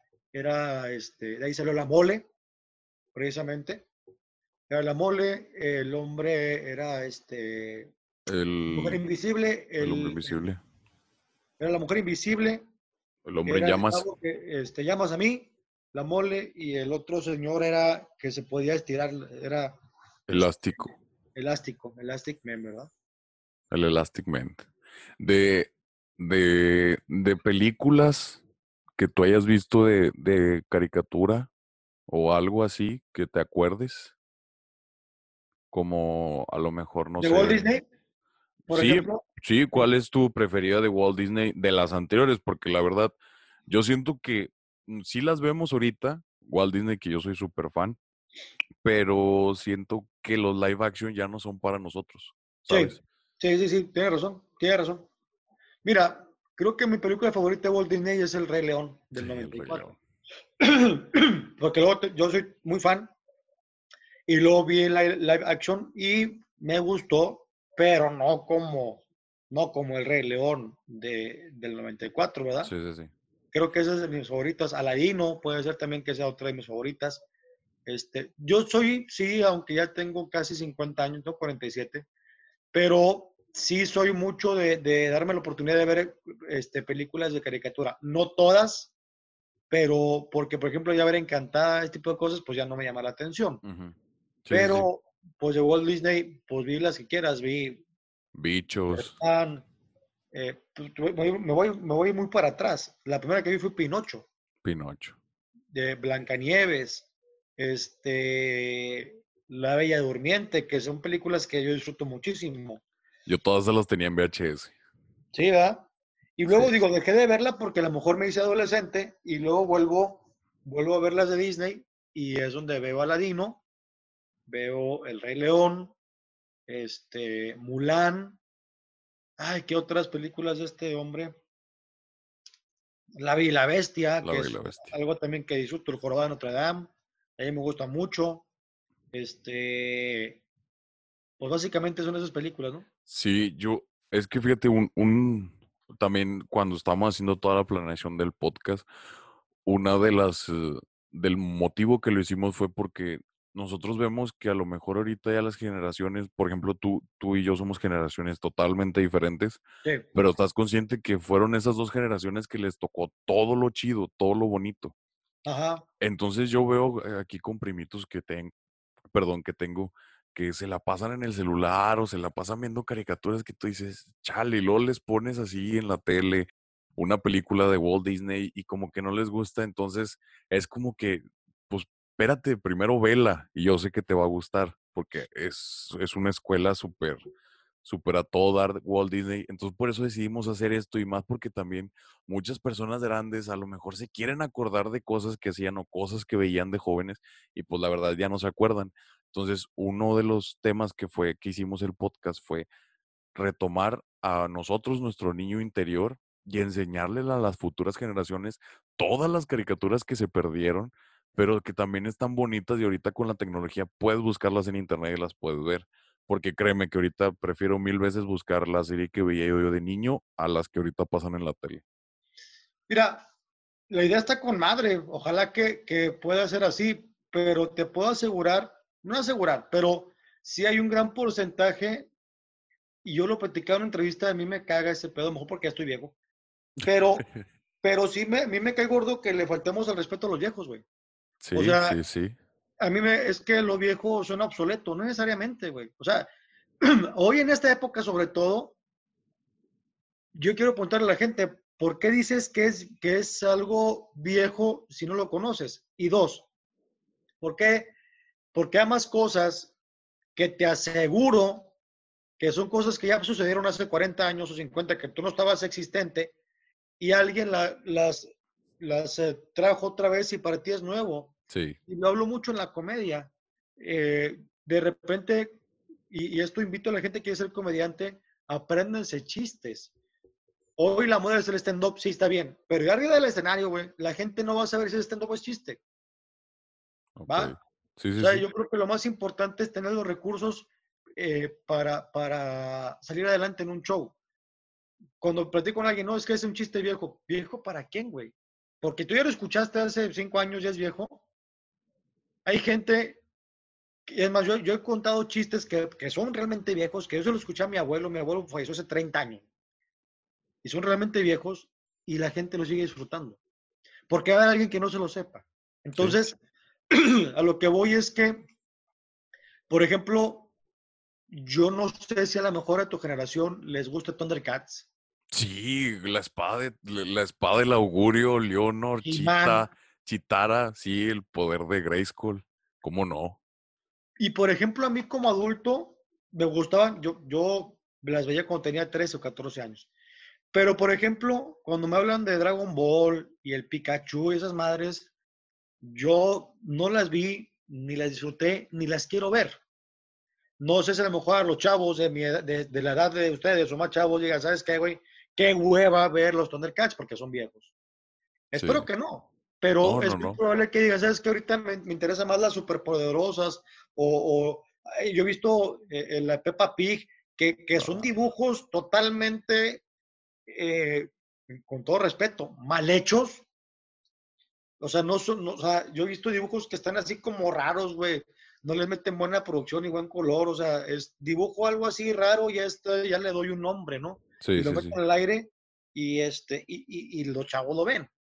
B: de ahí salió la mole, precisamente. Era la mole, el hombre era Mujer
A: El,
B: Invisible,
A: el hombre invisible.
B: era la Mujer Invisible,
A: El hombre en
B: era el
A: llamas.
B: chavo que llamas a mí, la Mole, y el otro señor era que se podía estirar, era este,
A: Elástico.
B: elástico, Elastic Man, ¿verdad?
A: El Elastic Man. De, de películas que tú hayas visto de caricatura o algo así que te acuerdes, como a lo mejor, no
B: De Walt
A: sé.
B: Disney, por
A: Sí,
B: ejemplo.
A: sí, ¿cuál es tu preferida de Walt Disney de las anteriores? Porque la verdad, yo siento que sí las vemos ahorita, Walt Disney, que yo soy súper fan, pero siento que los live action ya no son para nosotros,
B: Sí,
A: ¿sabes?
B: sí, tiene razón, tiene razón. Mira, creo que mi película favorita de Walt Disney es El Rey León
A: Sí,
B: del
A: el
B: noventa y
A: Rey
B: cuatro
A: León.
B: Porque luego yo soy muy fan y luego vi el live action y me gustó, pero no como El Rey León del 94, ¿verdad?
A: Sí, sí, sí.
B: Creo que esa es de mis favoritas. Aladino puede ser también que sea otra de mis favoritas. Yo soy, sí, aunque ya tengo casi 50 años, tengo 47, pero sí soy mucho de darme la oportunidad de ver películas de caricatura. No todas, pero porque, por ejemplo, ya ver Encantada, este tipo de cosas, pues ya no me llama la atención.
A: Ujú. Sí, sí, sí.
B: Pero, pues de Walt Disney, pues vi las que quieras, vi Peter
A: Bichos,
B: Pan, me voy muy para atrás. La primera que vi fue Pinocho,
A: Pinocho.
B: de Blancanieves, La Bella Durmiente, que son películas que yo disfruto muchísimo.
A: Yo todas se las tenía en VHS.
B: Sí, ¿verdad? Y
A: Sí.
B: luego digo, dejé de verla porque a lo mejor me hice adolescente y luego vuelvo a ver las de Disney y es donde veo Aladino, veo El Rey León, Mulan. Ay, ¿qué otras películas de este hombre? La Bella y la Bestia,
A: La
B: que
A: Bella y
B: es
A: la Bestia.
B: algo también que disfruto, El Jorobado de Notre Dame, a mí me gusta mucho. Pues básicamente son esas películas, ¿no?
A: Sí, es que fíjate, también cuando estamos haciendo toda la planeación del podcast, una del motivo que lo hicimos fue porque nosotros vemos que a lo mejor ahorita ya las generaciones, por ejemplo, tú y yo somos generaciones totalmente diferentes,
B: Sí,
A: pero estás consciente que fueron esas dos generaciones que les tocó todo lo chido, todo lo bonito.
B: ajá.
A: Entonces yo veo aquí con primitos que tengo, que se la pasan en el celular o se la pasan viendo caricaturas que tú dices, chale, y luego les pones así en la tele una película de Walt Disney y como que no les gusta, entonces es como que, pues espérate, primero vela y yo sé que te va a gustar, porque es una escuela súper a todo dar Walt Disney, entonces por eso decidimos hacer esto y más porque también muchas personas grandes a lo mejor se quieren acordar de cosas que hacían o cosas que veían de jóvenes y pues la verdad ya no se acuerdan. Entonces, uno de los temas que hicimos el podcast fue retomar a nosotros nuestro niño interior y enseñarle a las futuras generaciones todas las caricaturas que se perdieron, pero que también están bonitas y ahorita con la tecnología puedes buscarlas en internet y las puedes ver. Porque créeme que ahorita prefiero mil veces buscar la serie que veía yo de niño a las que ahorita pasan en la tele.
B: Mira, la idea está con madre. Ojalá que pueda ser así, pero te puedo asegurar, no asegurar, pero sí hay un gran porcentaje, y yo lo platicaba en una entrevista, a mí me caga ese pedo, a lo mejor porque ya estoy viejo, pero, pero sí a mí me cae gordo que le faltemos al respeto a los viejos, güey. O
A: Sí,
B: sea,
A: sí, sí.
B: es que lo viejo suena obsoleto, no necesariamente, güey. O sea, hoy en esta época, sobre todo, yo quiero preguntarle a la gente, ¿por qué dices que es algo viejo si no lo conoces? Y dos, ¿por qué? Porque amas cosas que te aseguro que son cosas que ya sucedieron hace 40 años o 50 que tú no estabas existente y alguien las trajo otra vez y para ti es nuevo.
A: Sí.
B: Y lo hablo mucho en la comedia. De repente, y esto invito a la gente que quiere ser comediante, apréndanse chistes. Hoy la moda es el stand-up, sí está bien, pero ya arriba del escenario, güey, la gente no va a saber si el stand-up es chiste,
A: Ok.
B: ¿va?
A: Sí,
B: O
A: sí,
B: sea,
A: sí.
B: yo creo que lo más importante es tener los recursos para salir adelante en un show. Cuando platico con alguien, no, es que es un chiste viejo. ¿Viejo para quién, güey? Porque tú ya lo escuchaste hace 5 años, ya es viejo. Hay gente Y es más, yo he contado chistes que son realmente viejos, que yo se los escuché a mi abuelo falleció hace 30 años, y son realmente viejos, y la gente los sigue disfrutando. Porque va a haber alguien que no se lo sepa.
A: Sí.
B: Entonces, a lo que voy es que, por ejemplo, yo no sé si a lo mejor a tu generación les gusta Thundercats,
A: Sí, la espada del augurio, Leonor,
B: He-Man,
A: Chitara, sí, el poder de Grayskull. ¿Cómo no?
B: y por ejemplo, a mí como adulto me gustaban, yo las veía cuando tenía 13 o 14 años. Pero, por ejemplo, cuando me hablan de Dragon Ball y el Pikachu y esas madres, yo no las vi, ni las disfruté, ni las quiero ver. No sé si a lo mejor a los chavos de la edad de ustedes o más chavos digan, ¿sabes qué, güey? Qué hueva ver los Thundercats porque son viejos.
A: Sí.
B: Espero que no, pero
A: No,
B: es
A: no,
B: muy
A: no.
B: probable que digan, ¿sabes qué? Ahorita me interesa más las superpoderosas yo he visto la Peppa Pig, que son
A: Ah,
B: dibujos totalmente, eh, con todo respeto, mal hechos. O sea, no son, o sea, yo he visto dibujos que están así como raros, güey. No les meten buena producción y buen color. O sea, dibujo algo así raro y ya le doy un nombre, ¿no? Y
A: sí,
B: lo
A: sí,
B: meto
A: sí.
B: en el aire y los chavos lo ven.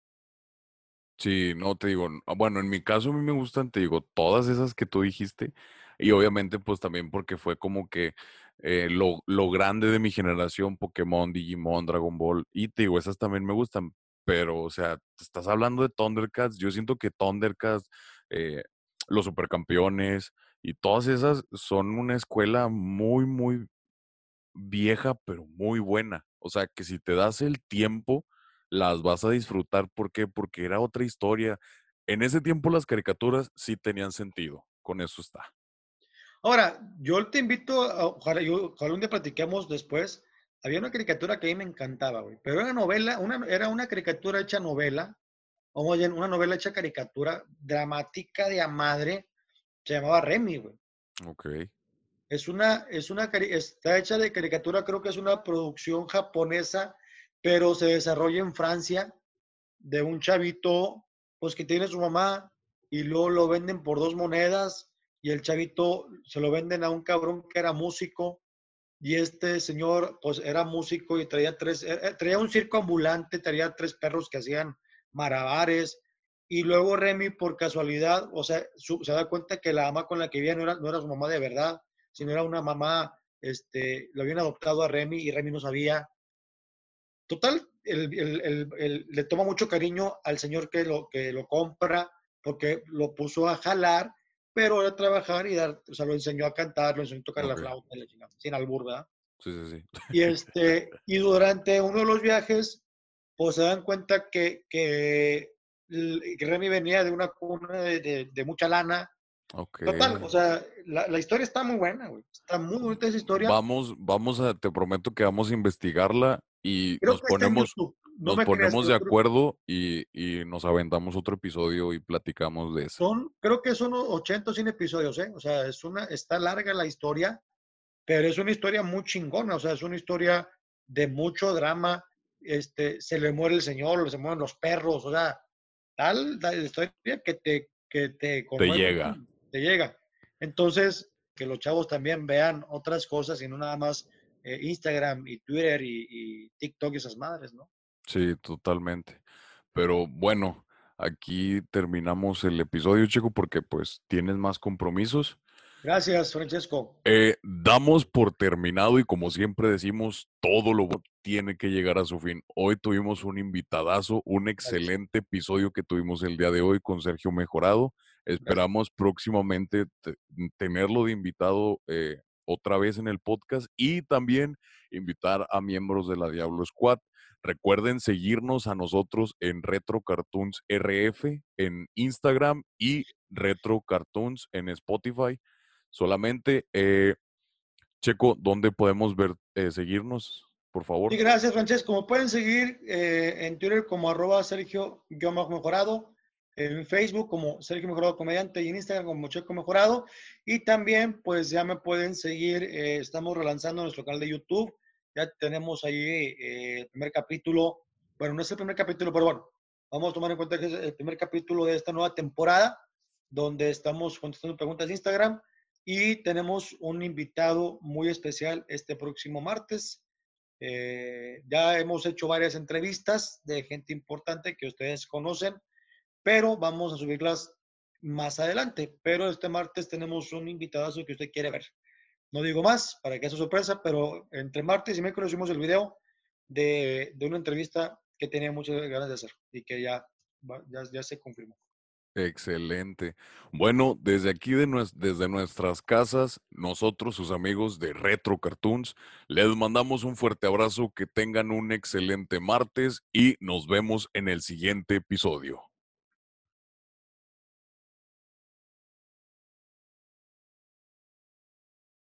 A: Sí, no te digo, bueno, en mi caso a mí me gustan, te digo, todas esas que tú dijiste y obviamente pues también porque fue como que lo grande de mi generación, Pokémon, Digimon, Dragon Ball y te digo, esas también me gustan, pero o sea, te estás hablando de Thundercats, yo siento que Thundercats, eh, los supercampeones y todas esas son una escuela muy, muy vieja, pero muy buena. O sea, que si te das el tiempo, las vas a disfrutar. ¿Por qué? Porque era otra historia. En ese tiempo las caricaturas sí tenían sentido. Con eso está.
B: Ahora, yo te invito, ojalá un día platiquemos después. Había una caricatura que a mí me encantaba, güey. Pero era novela, era una caricatura hecha novela, o más bien, una novela hecha caricatura dramática de a madre, se llamaba Remy, güey.
A: Ok,
B: Está hecha de caricatura, creo que es una producción japonesa, pero se desarrolla en Francia, de un chavito, pues que tiene su mamá, y luego lo venden por 2 monedas, y el chavito se lo venden a un cabrón que era músico, y este señor, pues era músico y traía un circo ambulante, traía 3 perros que hacían malabares, y luego Remy, por casualidad, o sea, se da cuenta que la mamá con la que vivía no era su mamá de verdad, sino era una mamá, lo habían adoptado a Remy y Remy no sabía. Total, le toma mucho cariño al señor que lo compra, porque lo puso a jalar, pero a trabajar o sea, lo enseñó a cantar, lo enseñó a tocar la
A: ok.
B: flauta, sin albur, ¿verdad?
A: Sí, sí, sí.
B: Y durante uno de los viajes, pues se dan cuenta que Remy venía de una cuna de mucha lana.
A: Ok.
B: Total, o sea, la historia está muy buena, güey. Está muy bonita esa historia.
A: Te prometo que vamos a investigarla y
B: Creo que está en YouTube. No
A: nos
B: me creas,
A: ponemos
B: pero
A: de acuerdo y nos aventamos otro episodio y platicamos de esa.
B: creo que son 80 o 100 episodios, ¿eh? O sea, está larga la historia, pero es una historia muy chingona, o sea, es una historia de mucho drama. Se le muere el señor, se mueren los perros, o sea, tal historia que te
A: Te
B: conmueve un
A: llega.
B: chingo, te llega. Entonces, que los chavos también vean otras cosas y no nada más Instagram y Twitter y TikTok y esas madres, ¿no?
A: Sí, totalmente. Pero bueno, aquí terminamos el episodio, chico, porque pues tienes más compromisos.
B: Gracias, Francesco.
A: Damos por terminado y como siempre decimos, todo lo bueno tiene que llegar a su fin. Hoy tuvimos un invitadazo, un
B: Gracias.
A: excelente episodio que tuvimos el día de hoy con Sergio Mejorado.
B: Gracias.
A: Esperamos próximamente tenerlo de invitado otra vez en el podcast y también invitar a miembros de la Diablo Squad. Recuerden seguirnos a nosotros en Retro Cartoons RF en Instagram y Retro Cartoons en Spotify. Solamente, Checo, ¿dónde podemos seguirnos, por
B: Sí,
A: favor?
B: gracias, Francesco. Me pueden seguir en Twitter como @Sergio-Mejorado, en Facebook como Sergio Mejorado Comediante y en Instagram como Checo Mejorado. Y también, pues ya me pueden seguir. Estamos relanzando nuestro canal de YouTube. Ya tenemos ahí el primer capítulo. Bueno, no es el primer capítulo, pero bueno, vamos a tomar en cuenta que es el primer capítulo de esta nueva temporada. donde estamos contestando preguntas de Instagram y tenemos un invitado muy especial este próximo martes. Ya hemos hecho varias entrevistas de gente importante que ustedes conocen, pero vamos a subirlas más adelante. Pero este martes tenemos un invitadazo que usted quiere ver. No digo más para que sea sorpresa, pero entre martes y miércoles subimos el video de una entrevista que tenía muchas ganas de hacer y que ya se confirmó.
A: Excelente. Bueno, desde aquí, desde nuestras casas, nosotros, sus amigos de Retro Cartoons, les mandamos un fuerte abrazo, que tengan un excelente martes y nos vemos en el siguiente episodio.